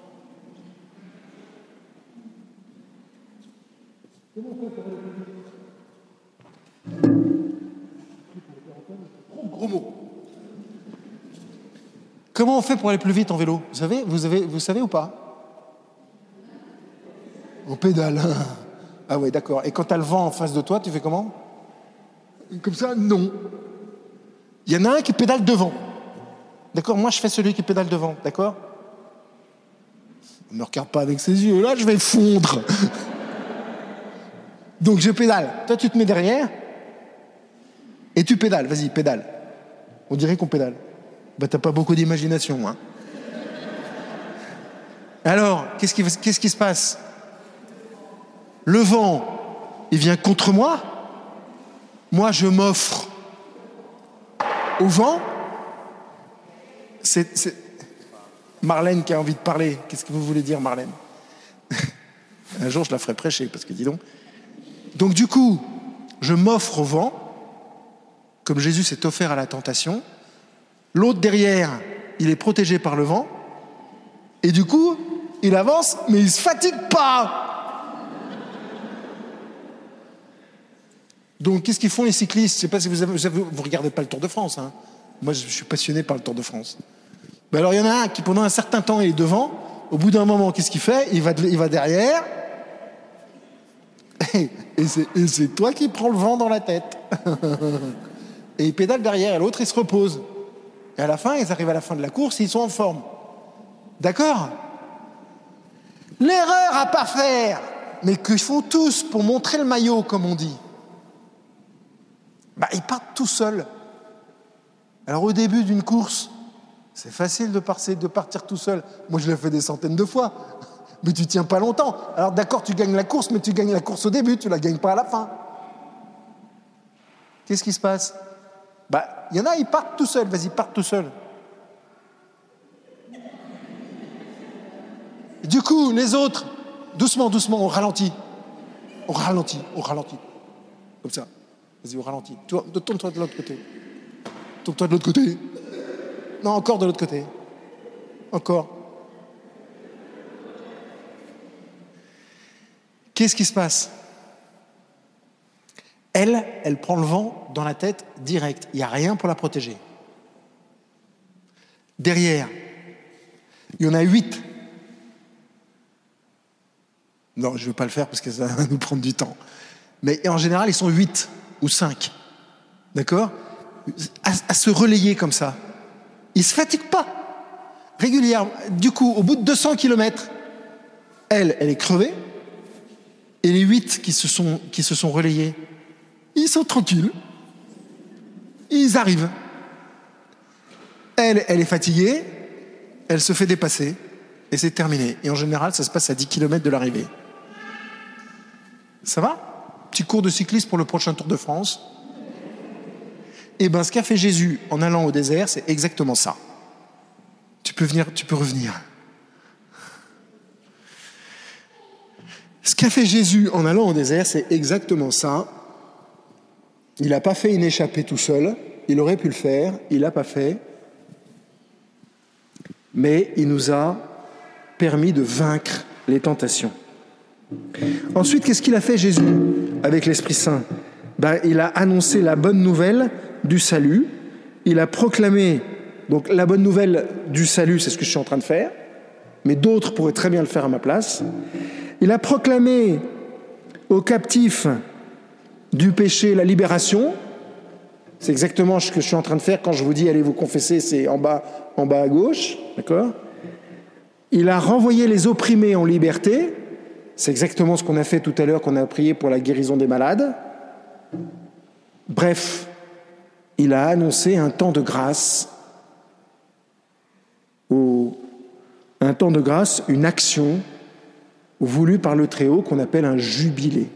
Gros mot. Comment on fait pour aller plus vite en vélo ? Vous savez ou pas ? On pédale. Ah ouais, d'accord. Et quand tu as le vent en face de toi, tu fais comment ? Comme ça, non. Il y en a un qui pédale devant. D'accord ? Moi, je fais celui qui pédale devant. D'accord ? Ne me regarde pas avec ses yeux. Là, je vais fondre. Donc, je pédale. Toi, tu te mets derrière et tu pédales. Vas-y, pédale. On dirait qu'on pédale. Bah, t'as pas beaucoup d'imagination, hein. Alors, qu'est-ce qui se passe ? Le vent, il vient contre moi. Moi, je m'offre au vent. C'est Marlène qui a envie de parler. Qu'est-ce que vous voulez dire, Marlène ? Un jour, je la ferai prêcher, parce que dis donc. Donc, du coup, je m'offre au vent, comme Jésus s'est offert à la tentation. L'autre derrière, il est protégé par le vent. Et du coup, il avance, mais il ne se fatigue pas. Donc, qu'est-ce qu'ils font les cyclistes ? Je ne sais pas si vous regardez pas le Tour de France, hein. Moi, je suis passionné par le Tour de France. Ben alors, il y en a un qui, pendant un certain temps, il est devant. Au bout d'un moment, qu'est-ce qu'il fait ? Il va derrière. Et c'est toi qui prends le vent dans la tête. Et il pédale derrière, et l'autre, il se repose. Et à la fin, ils arrivent à la fin de la course, ils sont en forme. D'accord ? L'erreur à pas faire, mais qu'ils font tous pour montrer le maillot, comme on dit. Bah, ils partent tout seuls. Alors au début d'une course, c'est facile de partir tout seul. Moi, je l'ai fait des centaines de fois. Mais tu tiens pas longtemps. Alors d'accord, tu gagnes la course, mais tu gagnes la course au début, tu la gagnes pas à la fin. Qu'est-ce qui se passe ? Bah, il y en a, ils partent tout seuls. Vas-y, partent tout seuls. Du coup, les autres, doucement, on ralentit. On ralentit. Comme ça. Vas-y, on ralentit. Tourne-toi de l'autre côté. Tourne-toi de l'autre côté. Non, encore de l'autre côté. Encore. Qu'est-ce qui se passe ? Elle prend le vent dans la tête direct. Il n'y a rien pour la protéger. Derrière, il y en a 8. Non, je ne vais pas le faire parce que ça va nous prendre du temps. Mais en général, ils sont 8 ou 5. D'accord ? À se relayer comme ça. Ils ne se fatiguent pas. Régulièrement. Du coup, au bout de 200 km, elle est crevée. Et les 8 qui se sont relayés, ils sont tranquilles. Ils arrivent. Elle est fatiguée. Elle se fait dépasser. Et c'est terminé. Et en général, ça se passe à 10 km de l'arrivée. Ça va ? Petit cours de cyclisme pour le prochain Tour de France. Et bien, ce qu'a fait Jésus en allant au désert, c'est exactement ça. Tu peux revenir. Ce qu'a fait Jésus en allant au désert, c'est exactement ça. Il n'a pas fait une échappée tout seul. Il aurait pu le faire. Il l'a pas fait. Mais il nous a permis de vaincre les tentations. Ensuite, qu'est-ce qu'il a fait Jésus avec l'Esprit Saint ? Il a annoncé la bonne nouvelle du salut. Il a proclamé, donc la bonne nouvelle du salut, c'est ce que je suis en train de faire, mais d'autres pourraient très bien le faire à ma place. Il a proclamé aux captifs du péché la libération. C'est exactement ce que je suis en train de faire quand je vous dis allez vous confesser, c'est en bas à gauche, d'accord ? Il a renvoyé les opprimés en liberté. C'est exactement ce qu'on a fait tout à l'heure, qu'on a prié pour la guérison des malades. Bref, il a annoncé un temps de grâce, un temps de grâce, une action voulue par le Très-Haut qu'on appelle un jubilé.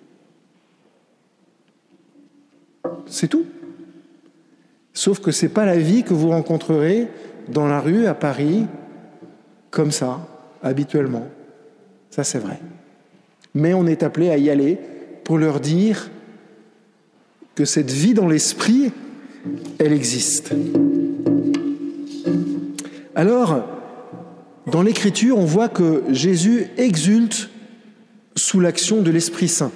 C'est tout. Sauf que ce n'est pas la vie que vous rencontrerez dans la rue à Paris, comme ça, habituellement. Ça, c'est vrai. Mais on est appelé à y aller pour leur dire que cette vie dans l'esprit, elle existe. Alors, dans l'Écriture, on voit que Jésus exulte sous l'action de l'Esprit Saint.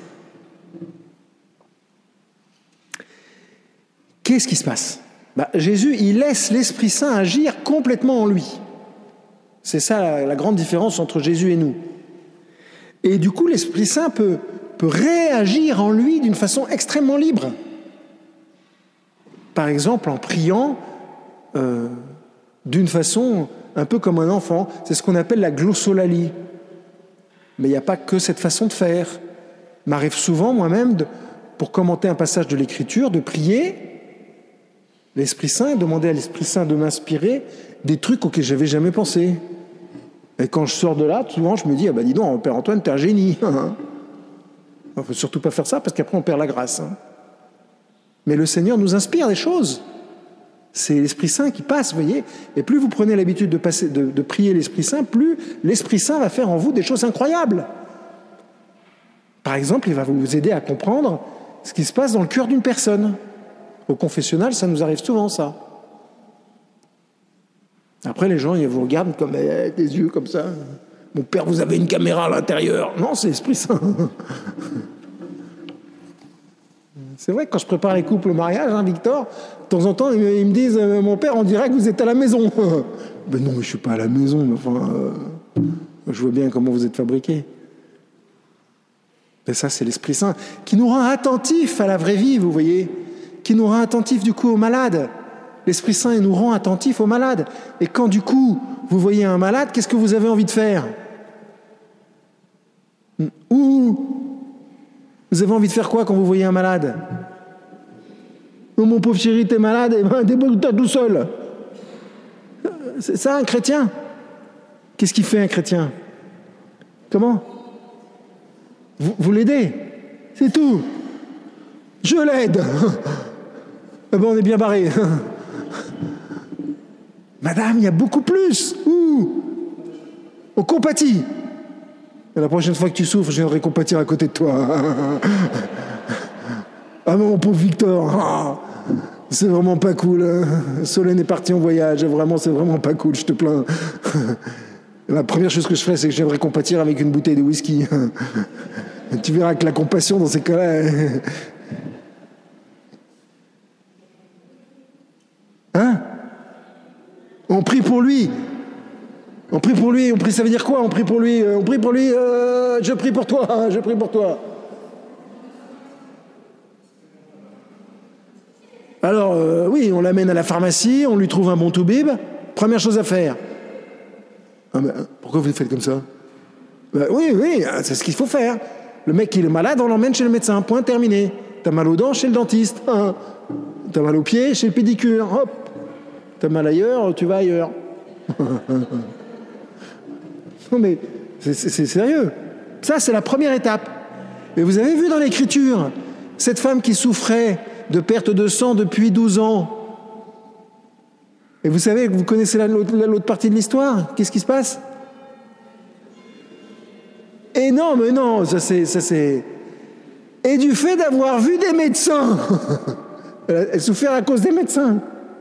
Qu'est-ce qui se passe ? Jésus, il laisse l'Esprit Saint agir complètement en lui. C'est ça la grande différence entre Jésus et nous. Et du coup, l'Esprit Saint peut réagir en lui d'une façon extrêmement libre. Par exemple, en priant d'une façon un peu comme un enfant. C'est ce qu'on appelle la glossolalie. Mais il n'y a pas que cette façon de faire. Il m'arrive souvent, moi-même, pour commenter un passage de l'Écriture, de prier l'Esprit Saint, demander à l'Esprit Saint de m'inspirer des trucs auxquels je n'avais jamais pensé. Et quand je sors de là, souvent, je me dis, dis donc, Père Antoine, t'es un génie. Il ne faut surtout pas faire ça, parce qu'après, on perd la grâce. Mais le Seigneur nous inspire des choses. C'est l'Esprit Saint qui passe, vous voyez. Et plus vous prenez l'habitude de prier l'Esprit Saint, plus l'Esprit Saint va faire en vous des choses incroyables. Par exemple, il va vous aider à comprendre ce qui se passe dans le cœur d'une personne. Au confessionnal, ça nous arrive souvent, ça. Après, les gens, ils vous regardent comme des yeux comme ça. Mon père, vous avez une caméra à l'intérieur. Non, c'est l'Esprit Saint. C'est vrai que quand je prépare les couples au mariage, Victor, de temps en temps, ils me disent, mon père, on dirait que vous êtes à la maison. Non, mais je ne suis pas à la maison. Mais je vois bien comment vous êtes fabriqués. Et ça, c'est l'Esprit Saint qui nous rend attentifs à la vraie vie, vous voyez, qui nous rend attentifs, du coup, aux malades. L'Esprit Saint, il nous rend attentifs aux malades. Et quand, du coup, vous voyez un malade, qu'est-ce que vous avez envie de faire ? Vous avez envie de faire quoi quand vous voyez un malade ? Oh, mon pauvre chéri, t'es malade, débrouille-toi tout seul. C'est ça, un chrétien ? Qu'est-ce qu'il fait, un chrétien ? Comment ? Vous l'aidez ? C'est tout. Je l'aide. On est bien barré. Madame, il y a beaucoup plus. On compatit. Et la prochaine fois que tu souffres, je viendrai compatir à côté de toi. Ah mon pauvre Victor, c'est vraiment pas cool. Solène est partie en voyage, vraiment, c'est vraiment pas cool, je te plains. La première chose que je ferai, c'est que j'aimerais compatir avec une bouteille de whisky. Tu verras que la compassion, dans ces cas-là... On prie pour lui. On prie pour lui, ça veut dire quoi ? On prie pour lui, je prie pour toi, je prie pour toi. Alors, oui, on l'amène à la pharmacie, on lui trouve un bon toubib. Première chose à faire. Pourquoi vous le faites comme ça ? Oui, c'est ce qu'il faut faire. Le mec qui est malade, on l'emmène chez le médecin, point terminé. T'as mal aux dents, chez le dentiste. T'as mal aux pieds, chez le pédicure. Hop. T'as mal ailleurs, tu vas ailleurs. Non mais, c'est sérieux. Ça, c'est la première étape. Mais vous avez vu dans l'Écriture, cette femme qui souffrait de perte de sang depuis 12 ans. Et vous savez, vous connaissez l'autre partie de l'histoire ? Qu'est-ce qui se passe ? Et non, mais non, ça c'est... Et du fait d'avoir vu des médecins. Elle souffrait à cause des médecins.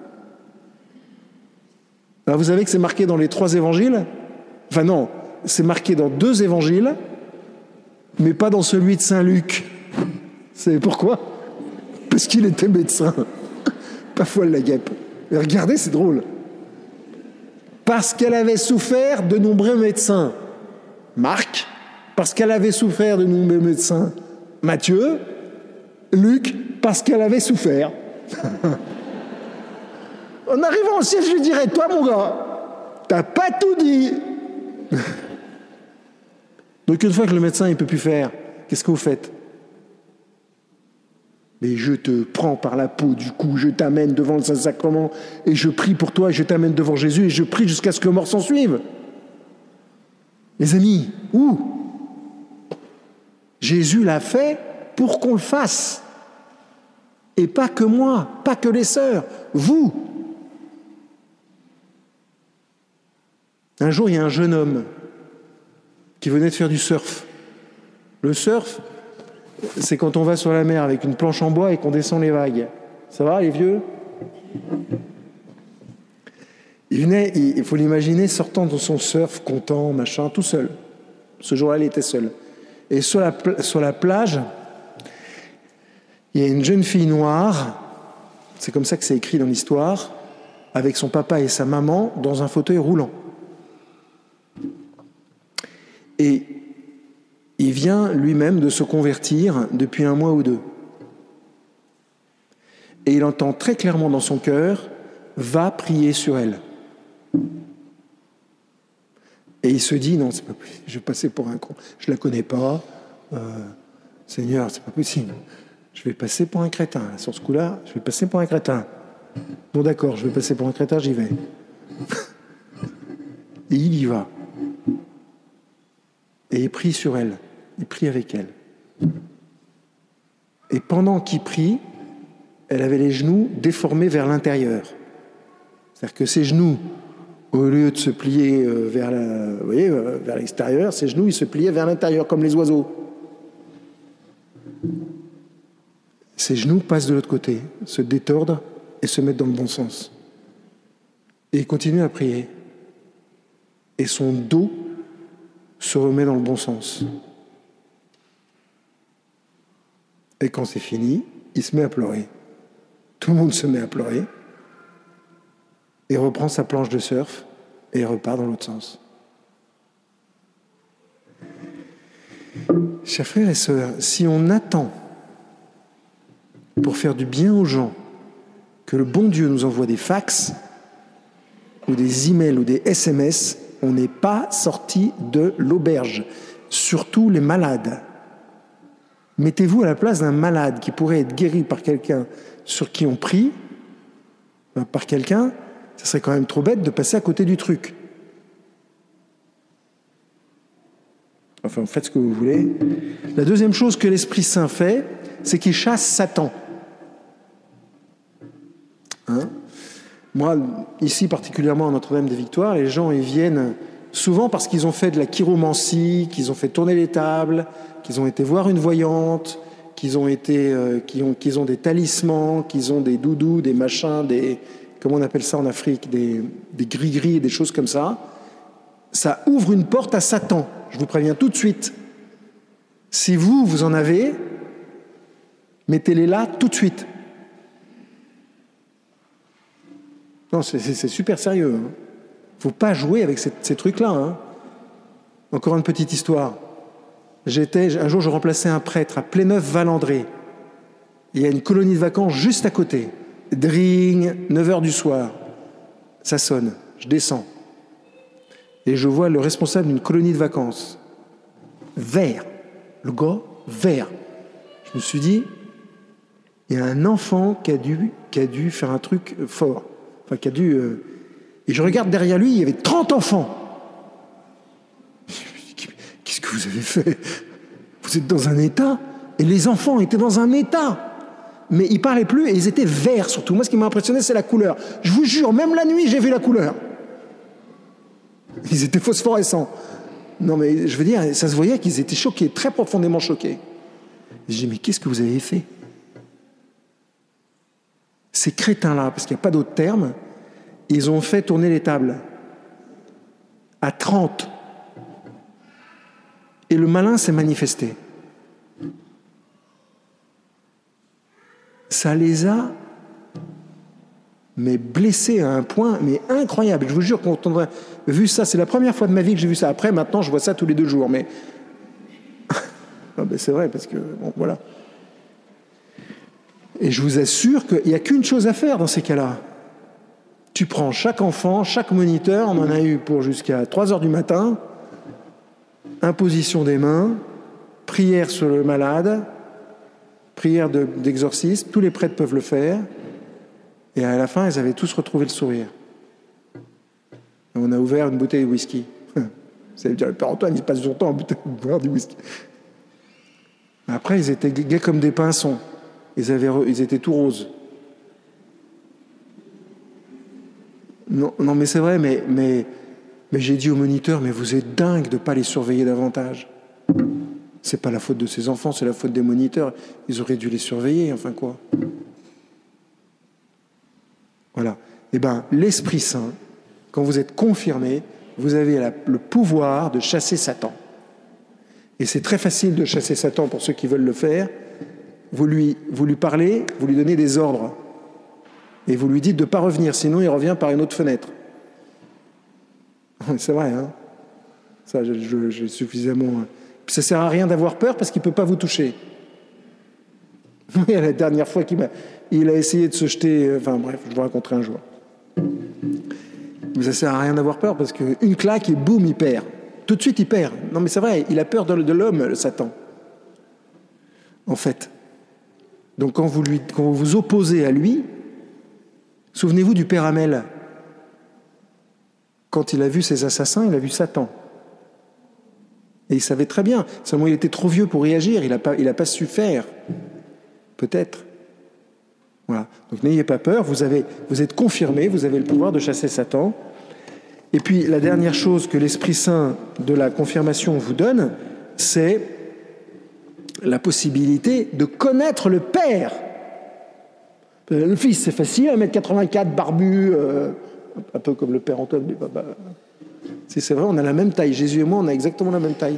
Alors vous savez que c'est marqué dans les 3 évangiles ? Enfin non, c'est marqué dans 2 évangiles, mais pas dans celui de Saint Luc. Vous savez pourquoi ? Parce qu'il était médecin. Pas folle la guêpe. Mais regardez, c'est drôle. Parce qu'elle avait souffert de nombreux médecins. Marc, parce qu'elle avait souffert de nombreux médecins. Matthieu, Luc, parce qu'elle avait souffert. En arrivant au ciel, je lui dirais, toi mon gars, t'as pas tout dit. Donc une fois que le médecin ne peut plus faire, qu'est-ce que vous faites? Mais je te prends par la peau du cou, je t'amène devant le Saint-Sacrement et je prie pour toi et je t'amène devant Jésus et je prie jusqu'à ce que la mort s'en suive. Les amis, où? Jésus l'a fait pour qu'on le fasse. Et pas que moi, pas que les sœurs, vous. Un jour, il y a un jeune homme qui venait de faire du surf. Le surf, c'est quand on va sur la mer avec une planche en bois et qu'on descend les vagues. Ça va, les vieux? Il venait, il faut l'imaginer, sortant de son surf, content, machin, tout seul. Ce jour-là, il était seul. Et sur la plage, il y a une jeune fille noire, c'est comme ça que c'est écrit dans l'histoire, avec son papa et sa maman dans un fauteuil roulant. Et il vient lui-même de se convertir depuis 1 mois ou 2. Et il entend très clairement dans son cœur, va prier sur elle. Et il se dit, non, c'est pas possible, je vais passer pour un con. Je la connais pas. Seigneur, c'est pas possible. Je vais passer pour un crétin. Sur ce coup-là, je vais passer pour un crétin. Bon, d'accord, je vais passer pour un crétin, j'y vais. Et il y va. Et il prie sur elle. Il prie avec elle. Et pendant qu'il prie, elle avait les genoux déformés vers l'intérieur. C'est-à-dire que ses genoux, au lieu de se plier vers l'extérieur, ses genoux, ils se pliaient vers l'intérieur, comme les oiseaux. Ses genoux passent de l'autre côté, se détordent et se mettent dans le bon sens. Et il continue à prier. Et son dos se remet dans le bon sens. Et quand c'est fini, il se met à pleurer. Tout le monde se met à pleurer. Et reprend sa planche de surf et repart dans l'autre sens. Chers frères et sœurs, si on attend pour faire du bien aux gens que le bon Dieu nous envoie des fax ou des emails ou des SMS, on n'est pas sorti de l'auberge. Surtout les malades. Mettez-vous à la place d'un malade qui pourrait être guéri par quelqu'un sur qui on prie, par quelqu'un, ça serait quand même trop bête de passer à côté du truc. Enfin, faites ce que vous voulez. La deuxième chose que l'Esprit Saint fait, c'est qu'il chasse Satan. Moi, ici particulièrement à Notre-Dame-des-Victoires, les gens ils viennent souvent parce qu'ils ont fait de la chiromancie, qu'ils ont fait tourner les tables, qu'ils ont été voir une voyante, qu'ils ont des talismans, qu'ils ont des doudous, des machins, comment on appelle ça en Afrique, des gris-gris et des choses comme ça. Ça ouvre une porte à Satan. Je vous préviens tout de suite. Si vous en avez, mettez-les là tout de suite. Non, c'est super sérieux. Il ne faut pas jouer avec ces trucs-là. Encore une petite histoire. Un jour, je remplaçais un prêtre à Pléneuf-Valandré. Il y a une colonie de vacances juste à côté. Dring, 9h du soir. Ça sonne. Je descends. Et je vois le responsable d'une colonie de vacances. Vert. Le gars, vert. Je me suis dit, il y a un enfant qui a dû faire un truc fort. Enfin, Et je regarde derrière lui, il y avait 30 enfants. Qu'est-ce que vous avez fait? Vous êtes dans un état, et les enfants étaient dans un état. Mais ils parlaient plus et ils étaient verts surtout. Moi, ce qui m'a impressionné, c'est la couleur. Je vous jure, même la nuit, j'ai vu la couleur. Ils étaient phosphorescents. Non, mais je veux dire, ça se voyait qu'ils étaient choqués, très profondément choqués. J'ai dit, mais qu'est-ce que vous avez fait? Ces crétins-là, parce qu'il n'y a pas d'autre terme, ils ont fait tourner les tables à 30. Et le malin s'est manifesté. Ça les a blessés à un point incroyable. Je vous jure, quand on a vu ça, c'est la première fois de ma vie que j'ai vu ça. Après, maintenant, je vois ça tous les 2 jours. Mais c'est vrai, parce que voilà. Et je vous assure qu'il n'y a qu'une chose à faire dans ces cas-là. Tu prends chaque enfant, chaque moniteur, on en a eu pour jusqu'à 3h du matin, imposition des mains, prière sur le malade, prière d'exorcisme, tous les prêtres peuvent le faire. Et à la fin, ils avaient tous retrouvé le sourire. Et on a ouvert une bouteille de whisky. Ça veut dire, le Père Antoine, il passe son temps à boire du whisky. Après, ils étaient gais comme des pinsons. Ils étaient tout roses. Non, mais c'est vrai, mais j'ai dit au moniteur, mais vous êtes dingue de ne pas les surveiller davantage. C'est pas la faute de ces enfants, c'est la faute des moniteurs. Ils auraient dû les surveiller, enfin quoi. Voilà. Eh bien, l'Esprit Saint, quand vous êtes confirmé, vous avez le pouvoir de chasser Satan. Et c'est très facile de chasser Satan pour ceux qui veulent le faire. Vous lui parlez, vous lui donnez des ordres. Et vous lui dites de ne pas revenir, sinon il revient par une autre fenêtre. C'est vrai, hein. Ça, j'ai suffisamment... Puis ça ne sert à rien d'avoir peur parce qu'il ne peut pas vous toucher. La dernière fois il a essayé de se jeter... Enfin bref, je vous raconterai un jour. Mais ça ne sert à rien d'avoir peur parce qu'une claque et boum, il perd. Tout de suite, il perd. Non mais c'est vrai, il a peur de l'homme, le Satan. En fait. Donc quand vous vous opposez à lui, souvenez-vous du Père Hamel. Quand il a vu ses assassins, il a vu Satan. Et il savait très bien. Seulement, il était trop vieux pour réagir. Il n'a pas su faire. Peut-être. Voilà. Donc, n'ayez pas peur. Vous êtes confirmés. Vous avez le pouvoir de chasser Satan. Et puis, la dernière chose que l'Esprit Saint de la confirmation vous donne, c'est la possibilité de connaître le Père. Le Fils, c'est facile, 1m84, barbu, un peu comme le Père Antoine. C'est vrai, on a la même taille. Jésus et moi, on a exactement la même taille.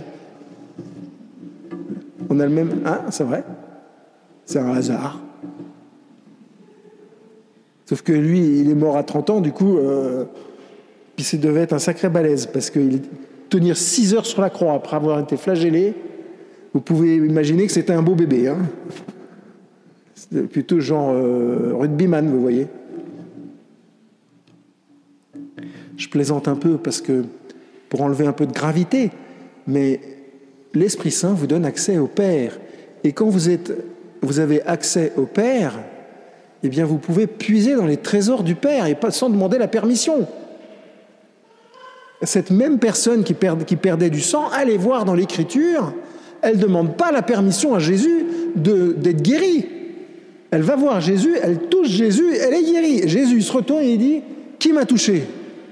On a le même... Hein, c'est vrai. C'est un hasard. Sauf que lui, il est mort à 30 ans, du coup... Puis ça devait être un sacré balèze, parce que tenir 6 heures sur la croix après avoir été flagellé, vous pouvez imaginer que c'était un beau bébé. Hein. C'était plutôt genre rugbyman, vous voyez. Je plaisante un peu parce que pour enlever un peu de gravité, mais l'Esprit Saint vous donne accès au Père. Et quand vous avez accès au Père, eh bien vous pouvez puiser dans les trésors du Père et pas sans demander la permission. Cette même personne qui perdait du sang, allez voir dans l'Écriture, elle ne demande pas la permission à Jésus d'être guérie. Elle va voir Jésus, elle touche Jésus, elle est guérie. Jésus se retourne et il dit « Qui m'a touché ?»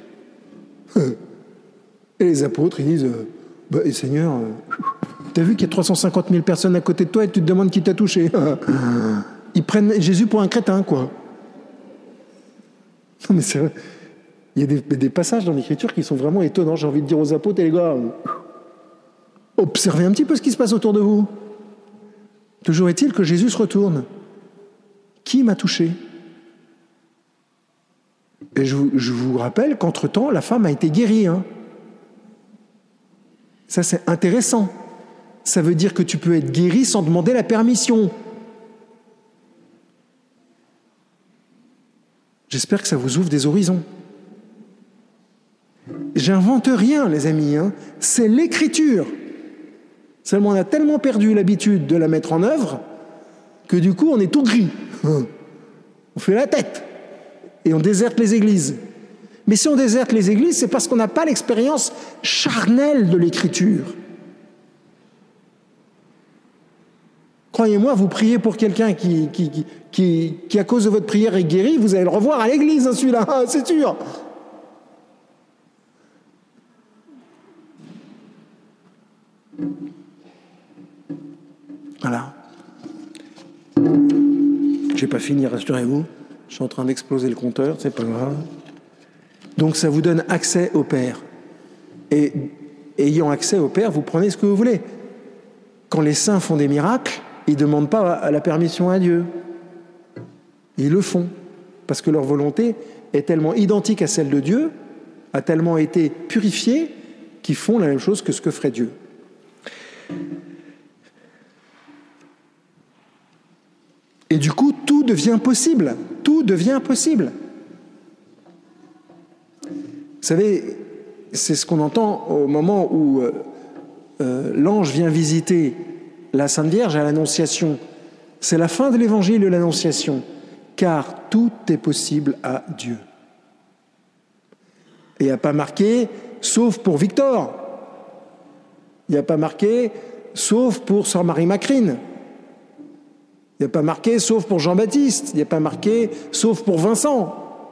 Et les apôtres, ils disent Seigneur, t'as vu qu'il y a 350 000 personnes à côté de toi et tu te demandes qui t'a touché. Ils prennent Jésus pour un crétin, quoi. Non, mais c'est vrai. Il y a des passages dans l'Écriture qui sont vraiment étonnants. J'ai envie de dire aux apôtres, les gars, observez un petit peu ce qui se passe autour de vous. Toujours est-il que Jésus se retourne. Qui m'a touché ? Et je vous rappelle qu'entre-temps, la femme a été guérie. Hein. Ça, c'est intéressant. Ça veut dire que tu peux être guéri sans demander la permission. J'espère que ça vous ouvre des horizons. J'invente rien, les amis. Hein. C'est l'Écriture. Seulement, on a tellement perdu l'habitude de la mettre en œuvre que du coup, on est tout gris. On fait la tête. Et on déserte les églises. Mais si on déserte les églises, c'est parce qu'on n'a pas l'expérience charnelle de l'Écriture. Croyez-moi, vous priez pour quelqu'un qui, à cause de votre prière, est guéri, vous allez le revoir à l'église, hein, celui-là, c'est sûr. Voilà. Je n'ai pas fini, rassurez-vous. Je suis en train d'exploser le compteur, c'est pas grave. Donc ça vous donne accès au Père. Et ayant accès au Père, vous prenez ce que vous voulez. Quand les saints font des miracles, ils ne demandent pas la permission à Dieu. Ils le font. Parce que leur volonté est tellement identique à celle de Dieu, a tellement été purifiée, qu'ils font la même chose que ce que ferait Dieu. Et du coup, tout devient possible. Tout devient possible. Vous savez, c'est ce qu'on entend au moment où l'ange vient visiter la Sainte Vierge à l'Annonciation, c'est la fin de l'évangile de l'Annonciation, car tout est possible à Dieu. Et il n'y a pas marqué « sauf pour Victor ». Il n'y a pas marqué « sauf pour Sœur Marie-Macrine ». Il n'y a pas marqué « sauf pour Jean-Baptiste ». Il n'y a pas marqué « sauf pour Vincent ».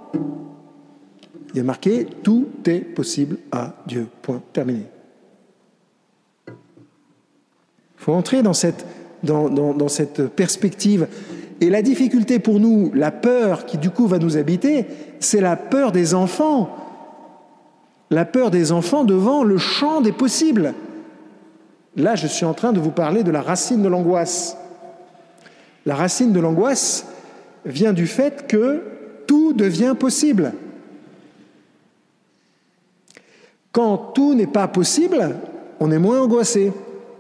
Il y a marqué « tout est possible à Dieu ». Point. Terminé. Il faut entrer dans cette perspective. Et la difficulté pour nous, la peur qui du coup va nous habiter, c'est la peur des enfants. La peur des enfants devant le champ des possibles. Là, je suis en train de vous parler de la racine de l'angoisse. La racine de l'angoisse vient du fait que tout devient possible. Quand tout n'est pas possible, on est moins angoissé.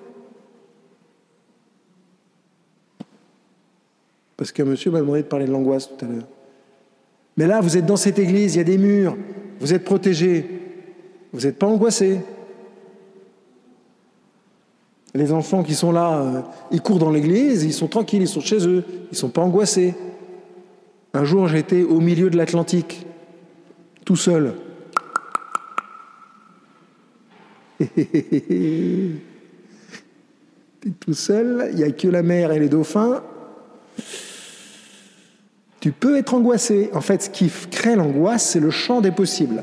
Parce que monsieur m'a demandé de parler de l'angoisse tout à l'heure. Mais là, vous êtes dans cette église, il y a des murs, vous êtes protégés, vous n'êtes pas angoissés. Les enfants qui sont là, ils courent dans l'église, ils sont tranquilles, ils sont chez eux, ils ne sont pas angoissés. Un jour, j'étais au milieu de l'Atlantique, tout seul. T'es tout seul, il n'y a que la mer et les dauphins. Tu peux être angoissé. En fait, ce qui crée l'angoisse, c'est le champ des possibles.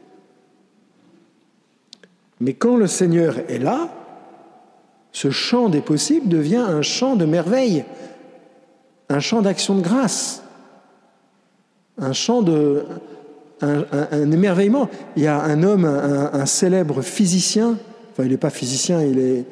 Mais quand le Seigneur est là, ce champ des possibles devient un champ de merveille, un champ d'action de grâce, un champ de... un émerveillement. Il y a un homme, un célèbre physicien, enfin il n'est pas physicien, il est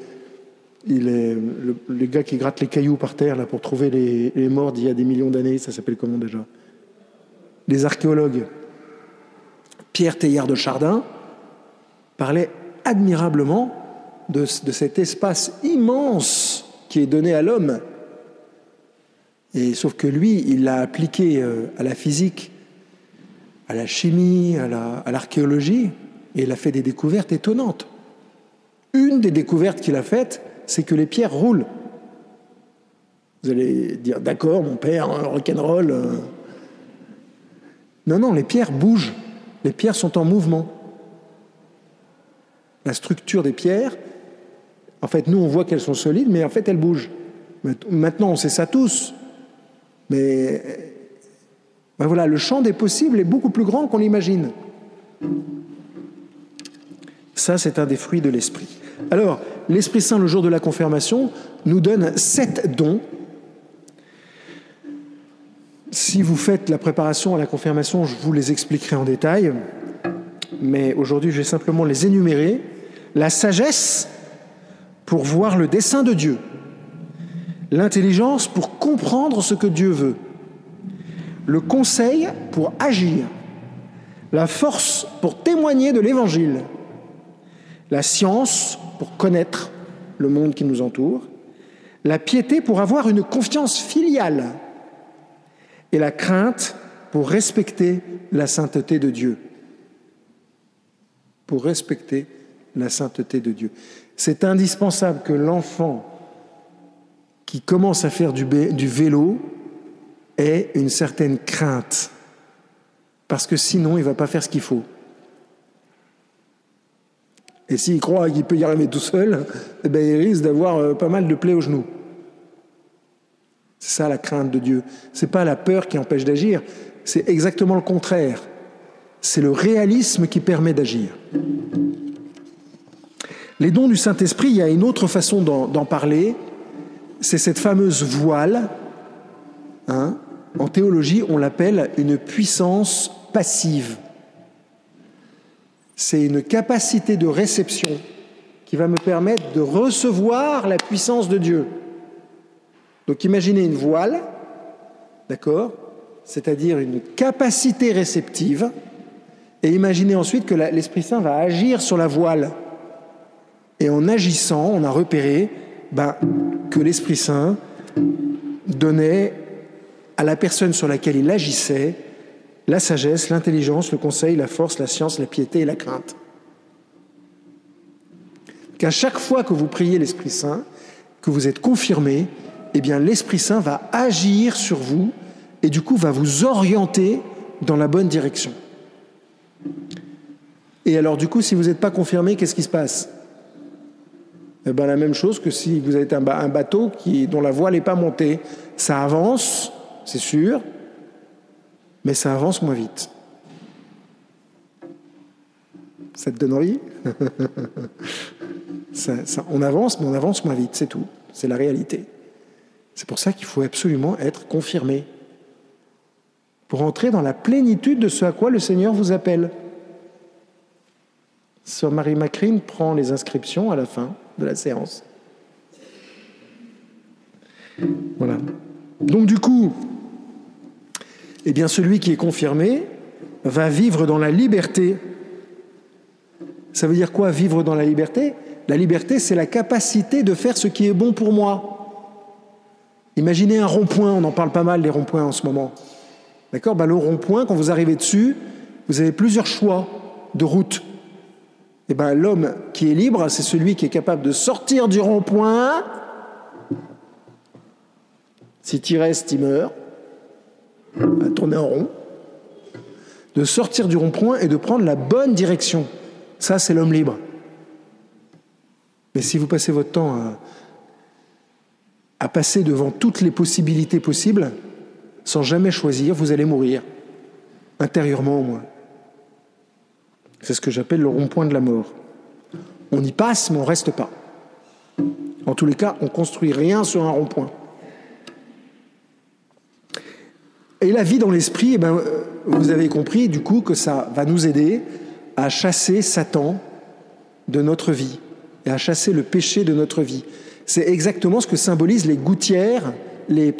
le gars qui gratte les cailloux par terre là, pour trouver les morts d'il y a des millions d'années, ça s'appelle comment déjà ? Les archéologues. Pierre Teilhard de Chardin parlait admirablement de cet espace immense qui est donné à l'homme. Et sauf que lui, il l'a appliqué à la physique, à la chimie, à l'archéologie, et il a fait des découvertes étonnantes. Une des découvertes qu'il a faites, c'est que les pierres roulent. Vous allez dire, d'accord, mon père, rock'n'roll. Non, les pierres bougent. Les pierres sont en mouvement. La structure des pierres, en fait, nous, on voit qu'elles sont solides, mais en fait, elles bougent. Maintenant, on sait ça tous. Mais ben voilà, le champ des possibles est beaucoup plus grand qu'on l'imagine. Ça, c'est un des fruits de l'Esprit. Alors, l'Esprit Saint, le jour de la confirmation, nous donne 7 dons. Si vous faites la préparation à la confirmation, je vous les expliquerai en détail. Mais aujourd'hui, je vais simplement les énumérer. La sagesse pour voir le dessein de Dieu. L'intelligence pour comprendre ce que Dieu veut. Le conseil pour agir. La force pour témoigner de l'Évangile. La science pour connaître le monde qui nous entoure, la piété pour avoir une confiance filiale et la crainte pour respecter la sainteté de Dieu. Pour respecter la sainteté de Dieu. C'est indispensable que l'enfant qui commence à faire du vélo ait une certaine crainte, parce que sinon il ne va pas faire ce qu'il faut. Et s'il croit qu'il peut y arriver tout seul, eh bien, il risque d'avoir pas mal de plaies aux genoux. C'est ça la crainte de Dieu. Ce n'est pas la peur qui empêche d'agir, c'est exactement le contraire. C'est le réalisme qui permet d'agir. Les dons du Saint-Esprit, il y a une autre façon d'en parler, c'est cette fameuse voile. En théologie, on l'appelle une puissance passive. C'est une capacité de réception qui va me permettre de recevoir la puissance de Dieu. Donc imaginez une voile, d'accord ? C'est-à-dire une capacité réceptive, et imaginez ensuite que l'Esprit Saint va agir sur la voile. Et en agissant, on a repéré que l'Esprit Saint donnait à la personne sur laquelle il agissait la sagesse, l'intelligence, le conseil, la force, la science, la piété et la crainte. qu'à chaque fois que vous priez l'Esprit Saint, que vous êtes confirmé, eh bien l'Esprit Saint va agir sur vous et du coup va vous orienter dans la bonne direction. Et alors du coup, si vous n'êtes pas confirmé, qu'est-ce qui se passe ? Eh bien, la même chose que si vous êtes un bateau dont la voile n'est pas montée. Ça avance, c'est sûr, mais ça avance moins vite. Ça te donne envie ? On avance, mais on avance moins vite, c'est tout. C'est la réalité. C'est pour ça qu'il faut absolument être confirmé pour entrer dans la plénitude de ce à quoi le Seigneur vous appelle. Sœur Marie Macrin prend les inscriptions à la fin de la séance. Voilà. Donc du coup, eh bien celui qui est confirmé va vivre dans la liberté. Ça veut dire quoi, vivre dans la liberté ? La liberté, c'est la capacité de faire ce qui est bon pour moi. Imaginez un rond-point, on en parle pas mal des ronds-points en ce moment. D'accord ? Le rond-point, quand vous arrivez dessus, vous avez plusieurs choix de route. Eh bien, l'homme qui est libre, c'est celui qui est capable de sortir du rond-point. Si tu restes, tu meurs. À tourner en rond. De sortir du rond-point et de prendre la bonne direction. Ça, c'est l'homme libre. Mais si vous passez votre temps à passer devant toutes les possibilités possibles, sans jamais choisir, vous allez mourir. Intérieurement au moins. C'est ce que j'appelle le rond-point de la mort. On y passe, mais on ne reste pas. En tous les cas, on ne construit rien sur un rond-point. Et la vie dans l'esprit, vous avez compris du coup que ça va nous aider à chasser Satan de notre vie et à chasser le péché de notre vie. C'est exactement ce que symbolisent les gouttières, les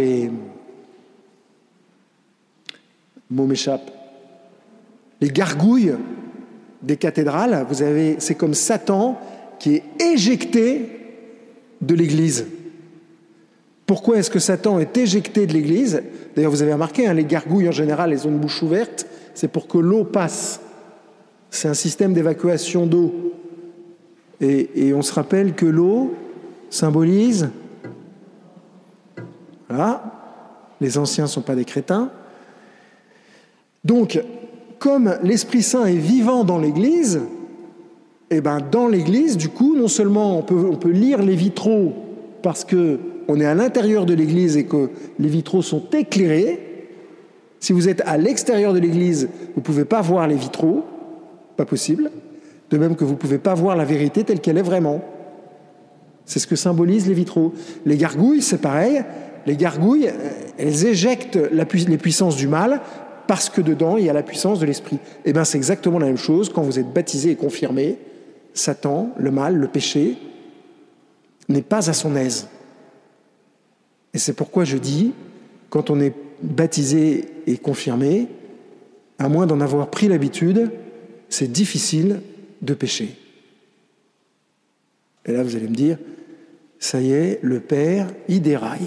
mots m'échappent, les gargouilles des cathédrales. C'est comme Satan qui est éjecté de l'Église. Pourquoi est-ce que Satan est éjecté de l'Église ? D'ailleurs, vous avez remarqué, les gargouilles en général, elles ont une bouche ouverte, c'est pour que l'eau passe. C'est un système d'évacuation d'eau. Et on se rappelle que l'eau symbolise... Voilà, les anciens ne sont pas des crétins. Donc, comme l'Esprit Saint est vivant dans l'Église, dans l'Église, du coup, non seulement on peut lire les vitraux parce qu'on est à l'intérieur de l'Église et que les vitraux sont éclairés. Si vous êtes à l'extérieur de l'Église, vous ne pouvez pas voir les vitraux, pas possible. De même que vous ne pouvez pas voir la vérité telle qu'elle est vraiment. C'est ce que symbolisent les vitraux. Les gargouilles, c'est pareil. Les gargouilles, elles éjectent les puissances du mal parce que dedans, il y a la puissance de l'esprit. C'est exactement la même chose quand vous êtes baptisé et confirmé. Satan, le mal, le péché, n'est pas à son aise. Et c'est pourquoi je dis, quand on est baptisé et confirmé, à moins d'en avoir pris l'habitude, c'est difficile de pécher. Et là, vous allez me dire, ça y est, le Père, il déraille.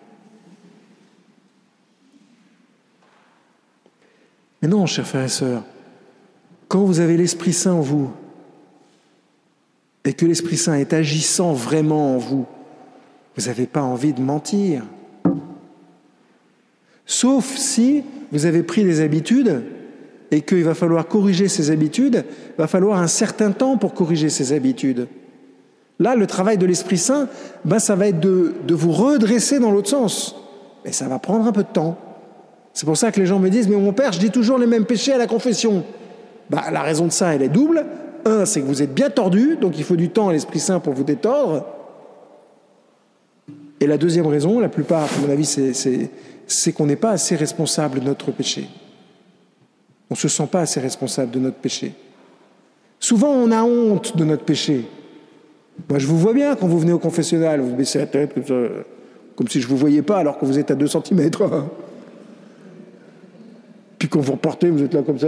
Mais non, chers frères et sœurs, quand vous avez l'Esprit Saint en vous, et que l'Esprit Saint est agissant vraiment en vous, vous n'avez pas envie de mentir. Sauf si vous avez pris des habitudes et qu'il va falloir corriger ces habitudes, il va falloir un certain temps pour corriger ces habitudes. Là, le travail de l'Esprit Saint, ça va être de vous redresser dans l'autre sens. Mais ça va prendre un peu de temps. C'est pour ça que les gens me disent « Mais mon père, je dis toujours les mêmes péchés à la confession. » La raison de ça, elle est double. Un, c'est que vous êtes bien tordu, donc il faut du temps à l'Esprit Saint pour vous détordre. Et la deuxième raison, la plupart, à mon avis, c'est qu'on n'est pas assez responsable de notre péché. On ne se sent pas assez responsable de notre péché. Souvent, on a honte de notre péché. Moi, je vous vois bien quand vous venez au confessionnal, vous baissez la tête comme ça, comme si je ne vous voyais pas alors que vous êtes à 2 cm. Puis quand vous repartez, vous êtes là comme ça.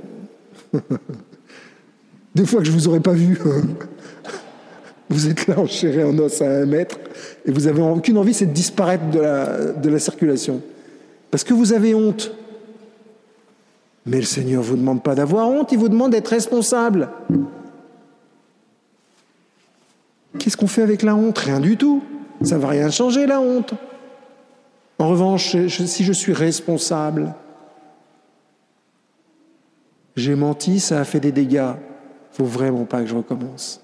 Des fois que je ne vous aurais pas vu. Vous êtes là en chair et en os à 1 mètre et vous n'avez aucune envie, c'est de disparaître de la circulation. Parce que vous avez honte. Mais le Seigneur ne vous demande pas d'avoir honte, il vous demande d'être responsable. Qu'est-ce qu'on fait avec la honte? Rien du tout. Ça ne va rien changer, la honte. En revanche, si je suis responsable, j'ai menti, ça a fait des dégâts. Il ne faut vraiment pas que je recommence.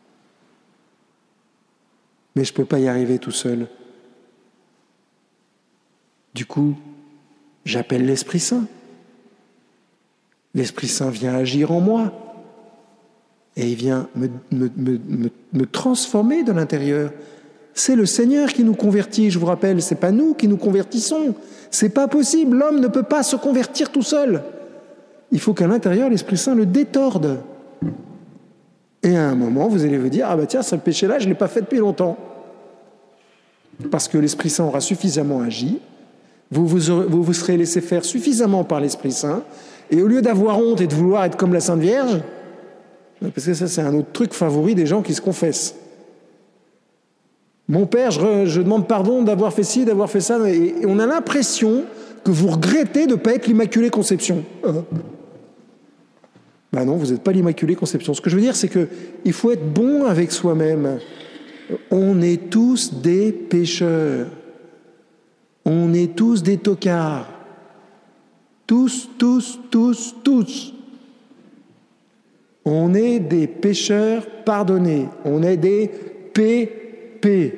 Mais je ne peux pas y arriver tout seul. Du coup, j'appelle l'Esprit Saint. L'Esprit Saint vient agir en moi. Et il vient me transformer de l'intérieur. C'est le Seigneur qui nous convertit, je vous rappelle, ce n'est pas nous qui nous convertissons. Ce n'est pas possible, l'homme ne peut pas se convertir tout seul. Il faut qu'à l'intérieur, l'Esprit Saint le détorde. Et à un moment, vous allez vous dire, ah bah tiens, ce péché-là, je ne l'ai pas fait depuis longtemps. Parce que l'Esprit Saint aura suffisamment agi, vous serez laissé faire suffisamment par l'Esprit Saint, et au lieu d'avoir honte et de vouloir être comme la Sainte Vierge, parce que ça, c'est un autre truc favori des gens qui se confessent. Mon père, je demande pardon d'avoir fait ci, d'avoir fait ça, et on a l'impression que vous regrettez de ne pas être l'Immaculée Conception. Ben non, vous n'êtes pas l'Immaculée Conception. Ce que je veux dire, c'est qu'il faut être bon avec soi-même. On est tous des pécheurs. On est tous des tocards. Tous. On est des pécheurs pardonnés. On est des PP.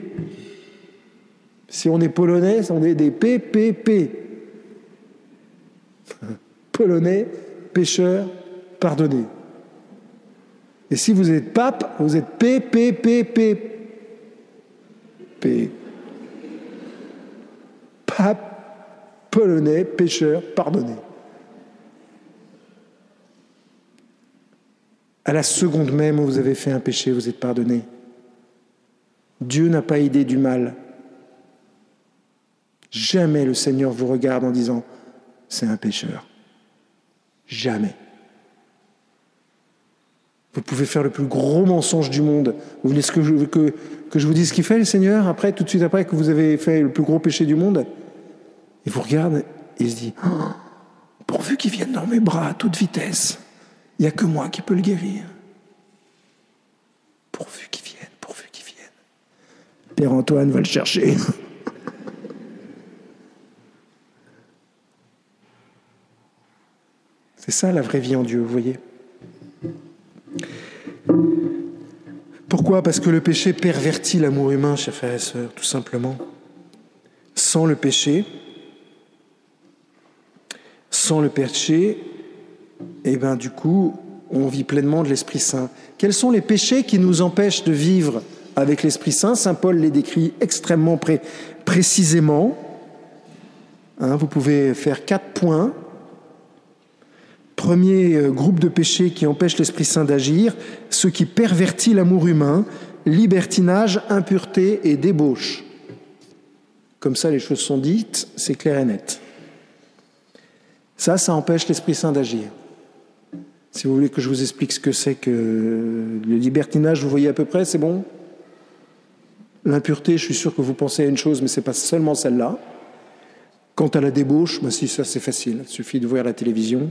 Si on est polonais, on est des PPP. Polonais, pécheurs pardonnés. Et si vous êtes pape, vous êtes PPPP. Pape, polonais, pécheur pardonné. À la seconde même où vous avez fait un péché, vous êtes pardonné. Dieu n'a pas idée du mal. Jamais le Seigneur vous regarde en disant « c'est un pécheur ». Jamais. Vous pouvez faire le plus gros mensonge du monde. Vous voulez que je vous dise ce qu'il fait, le Seigneur, après, tout de suite après que vous avez fait le plus gros péché du monde? Il vous regarde et il se dit « oh, pourvu qu'il vienne dans mes bras à toute vitesse. Il n'y a que moi qui peux le guérir. Pourvu qu'il vienne. Père Antoine va le chercher. » C'est ça la vraie vie en Dieu, vous voyez. Pourquoi ? Parce que le péché pervertit l'amour humain, chers frères et sœurs, tout simplement. Sans le péché, et bien du coup, on vit pleinement de l'Esprit Saint. Quels sont les péchés qui nous empêchent de vivre avec l'Esprit Saint ? Saint Paul les décrit extrêmement précisément. Vous pouvez faire 4 points. Premier groupe de péchés qui empêche l'Esprit Saint d'agir, ce qui pervertit l'amour humain, libertinage, impureté et débauche. Comme ça, les choses sont dites, c'est clair et net. Ça empêche l'Esprit Saint d'agir. Si vous voulez que je vous explique ce que c'est que le libertinage, vous voyez à peu près, c'est bon ? L'impureté, je suis sûr que vous pensez à une chose, mais ce n'est pas seulement celle-là. Quant à la débauche, si ça c'est facile, il suffit de voir la télévision.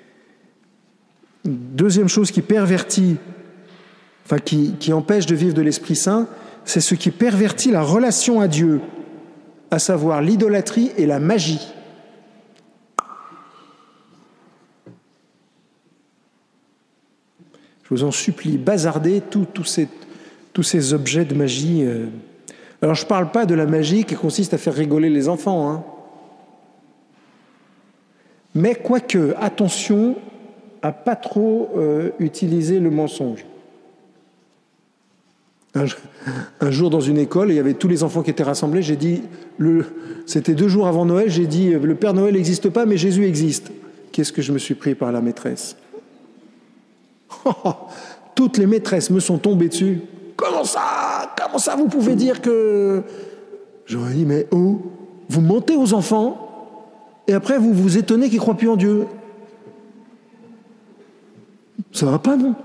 Deuxième chose qui pervertit, qui empêche de vivre de l'Esprit Saint, c'est ce qui pervertit la relation à Dieu, à savoir l'idolâtrie et la magie. Je vous en supplie, bazardez tous ces objets de magie. Alors je ne parle pas de la magie qui consiste à faire rigoler les enfants. Mais quoique, attention à ne pas trop utiliser le mensonge. Un jour dans une école, il y avait tous les enfants qui étaient rassemblés, j'ai dit, c'était 2 jours avant Noël, j'ai dit, le Père Noël n'existe pas, mais Jésus existe. Qu'est-ce que je me suis pris par la maîtresse ? Toutes les maîtresses me sont tombées dessus. Comment ça vous pouvez dire que... J'aurais dit, mais vous mentez aux enfants et après vous vous étonnez qu'ils ne croient plus en Dieu. Ça va pas, non ?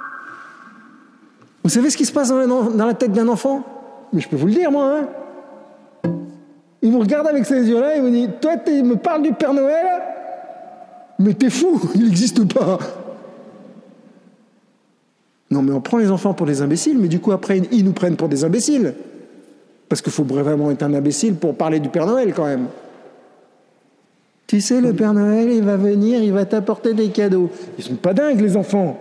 Vous savez ce qui se passe dans la tête d'un enfant ? Mais je peux vous le dire, moi. Il vous regarde avec ses yeux-là et vous dit, toi, tu me parles du Père Noël ? Mais t'es fou, il n'existe pas. Non, mais on prend les enfants pour des imbéciles, mais du coup, après, ils nous prennent pour des imbéciles. Parce qu'il faut vraiment être un imbécile pour parler du Père Noël, quand même. Tu sais, le Père Noël, il va venir, il va t'apporter des cadeaux. Ils sont pas dingues, les enfants.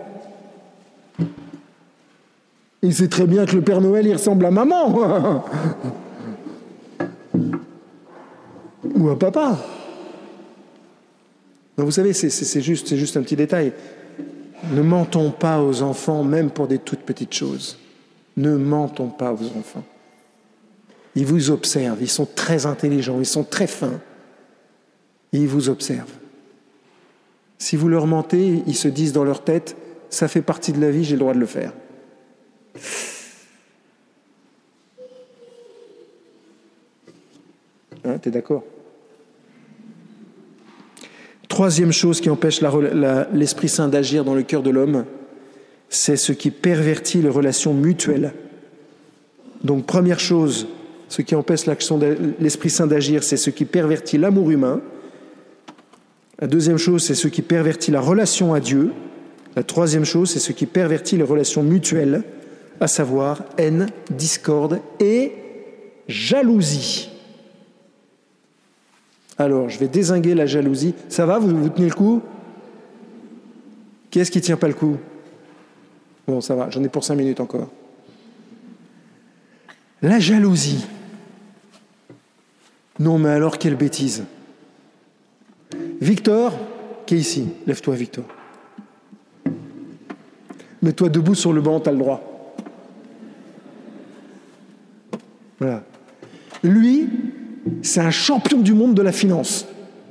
Il sait très bien que le Père Noël, il ressemble à maman. Ou à papa. Donc, vous savez, c'est juste un petit détail. Ne mentons pas aux enfants, même pour des toutes petites choses. Ne mentons pas aux enfants. Ils vous observent, ils sont très intelligents, ils sont très fins. Ils vous observent. Si vous leur mentez, ils se disent dans leur tête, ça fait partie de la vie, j'ai le droit de le faire. Hein, t'es d'accord ? Troisième chose qui empêche l'Esprit Saint d'agir dans le cœur de l'homme, c'est ce qui pervertit les relations mutuelles. Donc, première chose, ce qui empêche l'action de l'Esprit Saint d'agir, c'est ce qui pervertit l'amour humain. La deuxième chose, c'est ce qui pervertit la relation à Dieu. La troisième chose, c'est ce qui pervertit les relations mutuelles, à savoir haine, discorde et jalousie. Alors, je vais dézinguer la jalousie. Ça va, vous tenez le coup ? Qui est-ce qui ne tient pas le coup ? Bon, ça va, j'en ai pour 5 minutes encore. La jalousie. Non, mais alors, quelle bêtise. Victor, qui est ici, lève-toi, Victor. Mets-toi debout sur le banc, t'as le droit. Voilà. Lui, c'est un champion du monde de la finance.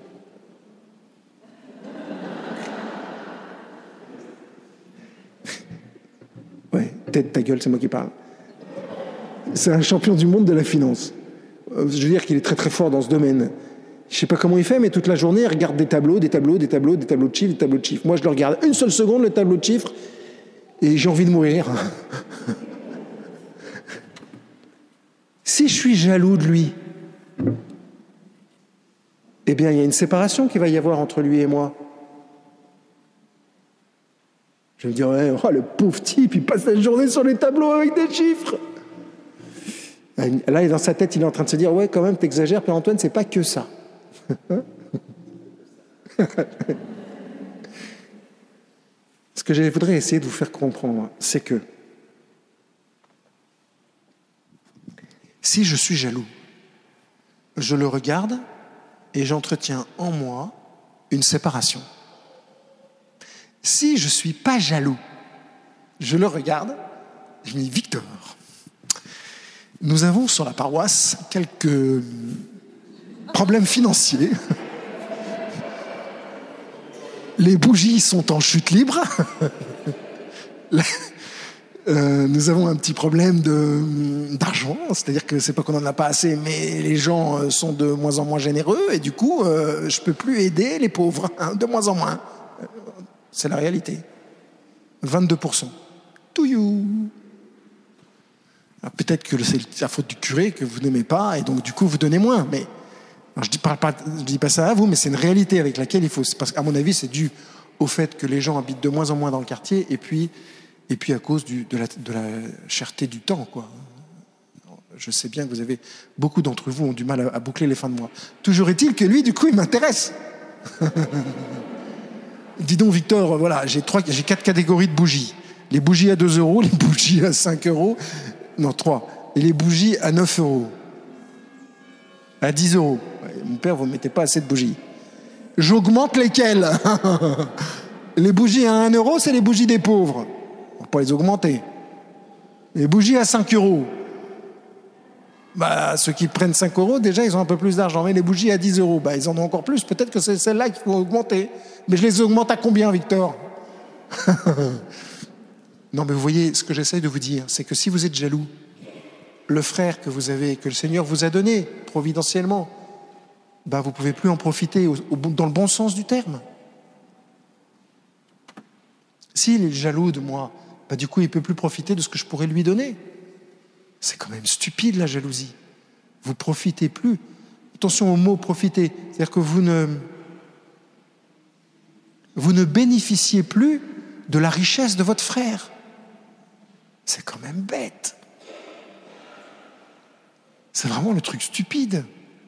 Ouais, tête, ta gueule, c'est moi qui parle. C'est un champion du monde de la finance. Je veux dire qu'il est très très fort dans ce domaine. Je ne sais pas comment il fait, mais toute la journée, il regarde des tableaux de chiffres. Moi, je le regarde une seule seconde, le tableau de chiffres, et j'ai envie de mourir. Si je suis jaloux de lui, eh bien, il y a une séparation qui va y avoir entre lui et moi. Je vais me dire, ouais, oh, le pauvre type, il passe la journée sur les tableaux avec des chiffres. Là, dans sa tête, il est en train de se dire, ouais, quand même, t'exagères, Pierre-Antoine, c'est pas que ça. Ce que je voudrais essayer de vous faire comprendre, c'est que si je suis jaloux, je le regarde et j'entretiens en moi une séparation. Si je ne suis pas jaloux, je le regarde, je me dis, Victor, nous avons sur la paroisse quelques problèmes financiers. Les bougies sont en chute libre. Nous avons un petit problème d'argent, c'est-à-dire que c'est pas qu'on n'en a pas assez, mais les gens sont de moins en moins généreux et du coup, je peux plus aider les pauvres, de moins en moins. C'est la réalité. 22%. To you. Alors, peut-être que c'est la faute du curé que vous n'aimez pas et donc du coup vous donnez moins. Mais alors, je dis pas ça à vous, mais c'est une réalité avec laquelle il faut. Parce qu'à mon avis, c'est dû au fait que les gens habitent de moins en moins dans le quartier et puis à cause de la cherté du temps, quoi. Je sais bien que beaucoup d'entre vous ont du mal à boucler les fins de mois. Toujours est-il que lui, du coup, il m'intéresse. Dis donc, Victor, voilà, j'ai 4 catégories de bougies. Les bougies à 2 €, les bougies à 5 €, non, 3, et les bougies à 9 €. À 10 €. Mon père, vous ne mettez pas assez de bougies. J'augmente lesquelles? Les bougies à 1 €, c'est les bougies des pauvres. On ne va pas les augmenter. Les bougies à 5 €. Ceux qui prennent 5 €, déjà, ils ont un peu plus d'argent. Mais les bougies à 10 €, ils en ont encore plus. Peut-être que c'est celle-là qu'il faut augmenter. Mais je les augmente à combien, Victor? Non, mais vous voyez, ce que j'essaye de vous dire, c'est que si vous êtes jaloux, le frère que vous avez, que le Seigneur vous a donné, providentiellement, vous ne pouvez plus en profiter dans le bon sens du terme. S'il est jaloux de moi, du coup, il ne peut plus profiter de ce que je pourrais lui donner. C'est quand même stupide, la jalousie. Vous ne profitez plus. Attention au mot « profiter ». C'est-à-dire que vous ne bénéficiez plus de la richesse de votre frère. C'est quand même bête. C'est vraiment le truc stupide.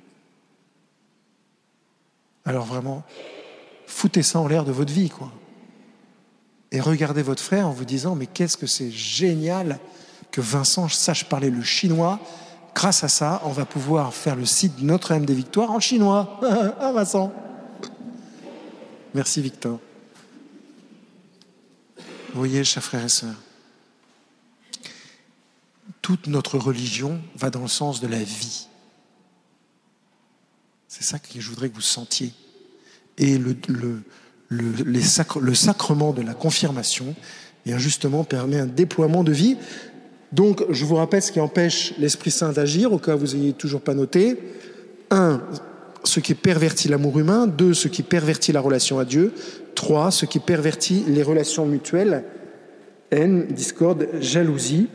Alors vraiment, foutez ça en l'air de votre vie, quoi. Et regardez votre frère en vous disant, mais qu'est-ce que c'est génial que Vincent sache parler le chinois. Grâce à ça, on va pouvoir faire le site Notre-Dame des Victoires en chinois. Ah, Vincent. Merci, Victor. Vous voyez, chers frères et sœurs, toute notre religion va dans le sens de la vie. C'est ça que je voudrais que vous sentiez. Et le sacrement de la confirmation, bien justement, permet un déploiement de vie. Donc, je vous rappelle ce qui empêche l'Esprit Saint d'agir, au cas où vous n'ayez toujours pas noté. 1, ce qui pervertit l'amour humain. 2, ce qui pervertit la relation à Dieu. 3, ce qui pervertit les relations mutuelles. Haine, discorde, jalousie.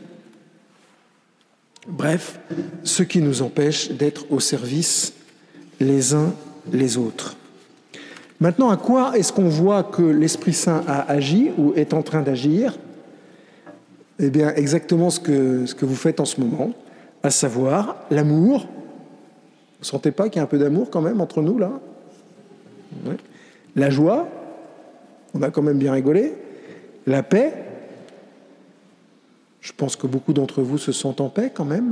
Bref, ce qui nous empêche d'être au service les uns les autres. Maintenant, à quoi est-ce qu'on voit que l'Esprit Saint a agi ou est en train d'agir ? Eh bien, exactement ce que vous faites en ce moment, à savoir l'amour. Vous ne sentez pas qu'il y a un peu d'amour quand même entre nous, là ? Ouais. La joie, on a quand même bien rigolé. La paix, je pense que beaucoup d'entre vous se sentent en paix quand même.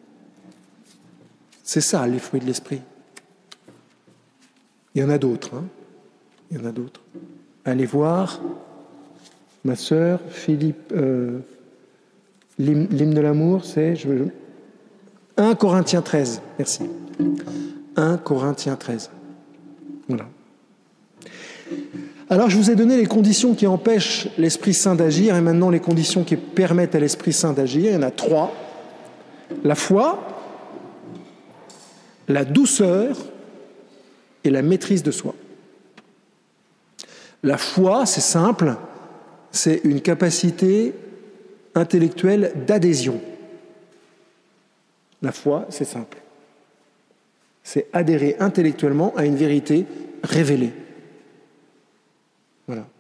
C'est ça, les fruits de l'esprit. Il y en a d'autres, hein. Il y en a d'autres. Allez voir, ma sœur, Philippe, l'hymne de l'amour, c'est 1 Corinthiens 13, merci. 1 Corinthiens 13. Voilà. Alors, je vous ai donné les conditions qui empêchent l'Esprit Saint d'agir et maintenant les conditions qui permettent à l'Esprit Saint d'agir. Il y en a 3. La foi, la douceur et la maîtrise de soi. La foi, c'est simple, c'est une capacité intellectuelle d'adhésion. La foi, c'est simple. C'est adhérer intellectuellement à une vérité révélée. Voilà.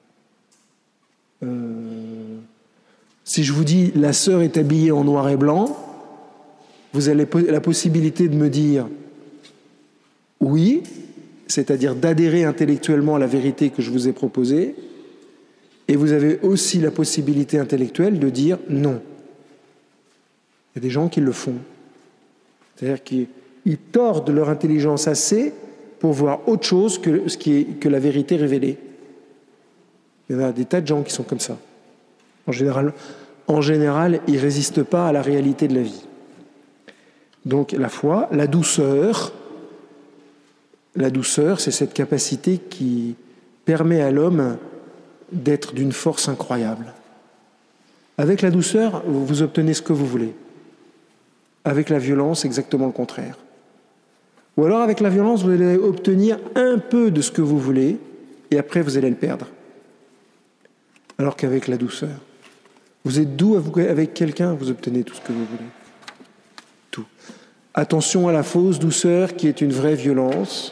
Si je vous dis la sœur est habillée en noir et blanc, vous avez la possibilité de me dire oui, c'est-à-dire d'adhérer intellectuellement à la vérité que je vous ai proposée, et vous avez aussi la possibilité intellectuelle de dire non. Il y a des gens qui le font. C'est-à-dire qu'ils tordent leur intelligence assez pour voir autre chose que la vérité révélée. Il y en a des tas de gens qui sont comme ça. En général, ils ne résistent pas à la réalité de la vie. Donc la foi, la douceur, c'est cette capacité qui permet à l'homme d'être d'une force incroyable. Avec la douceur, vous obtenez ce que vous voulez. Avec la violence, exactement le contraire. Ou alors avec la violence, vous allez obtenir un peu de ce que vous voulez, et après vous allez le perdre. Alors qu'avec la douceur, vous êtes doux avec quelqu'un, vous obtenez tout ce que vous voulez. Tout. Attention à la fausse douceur qui est une vraie violence.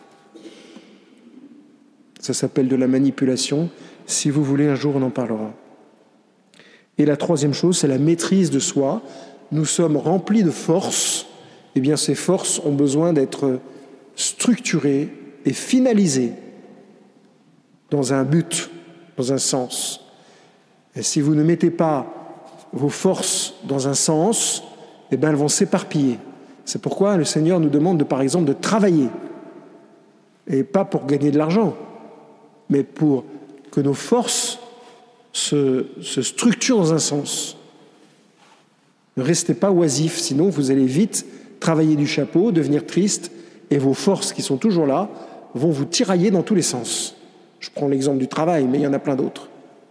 Ça s'appelle de la manipulation. Si vous voulez, un jour, on en parlera. Et la troisième chose, c'est la maîtrise de soi. Nous sommes remplis de forces. Eh bien, ces forces ont besoin d'être structurées et finalisées dans un but, dans un sens. Et si vous ne mettez pas vos forces dans un sens, eh bien, elles vont s'éparpiller. C'est pourquoi le Seigneur nous demande, par exemple, de travailler. Et pas pour gagner de l'argent, mais pour que nos forces se structurent dans un sens. Ne restez pas oisifs, sinon vous allez vite travailler du chapeau, devenir triste, et vos forces qui sont toujours là vont vous tirailler dans tous les sens. Je prends l'exemple du travail, mais il y en a plein d'autres.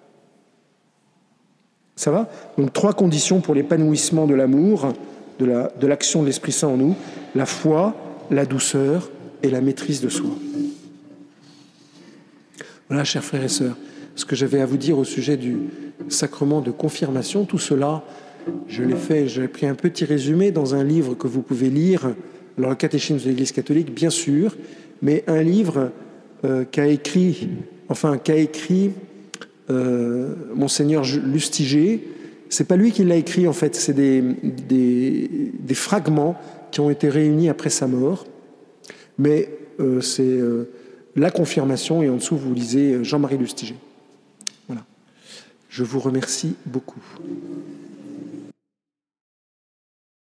Ça va ? Donc 3 conditions pour l'épanouissement de l'amour, de l'action de l'Esprit Saint en nous, la foi, la douceur et la maîtrise de soi. Voilà, chers frères et sœurs, ce que j'avais à vous dire au sujet du sacrement de confirmation. Tout cela, j'ai pris un petit résumé dans un livre que vous pouvez lire, dans le catéchisme de l'Église catholique, bien sûr, mais un livre qu'a écrit Monseigneur Lustiger. C'est pas lui qui l'a écrit, en fait. C'est des fragments qui ont été réunis après sa mort. Mais c'est la confirmation, et en dessous, vous lisez Jean-Marie Lustiger. Voilà. Je vous remercie beaucoup.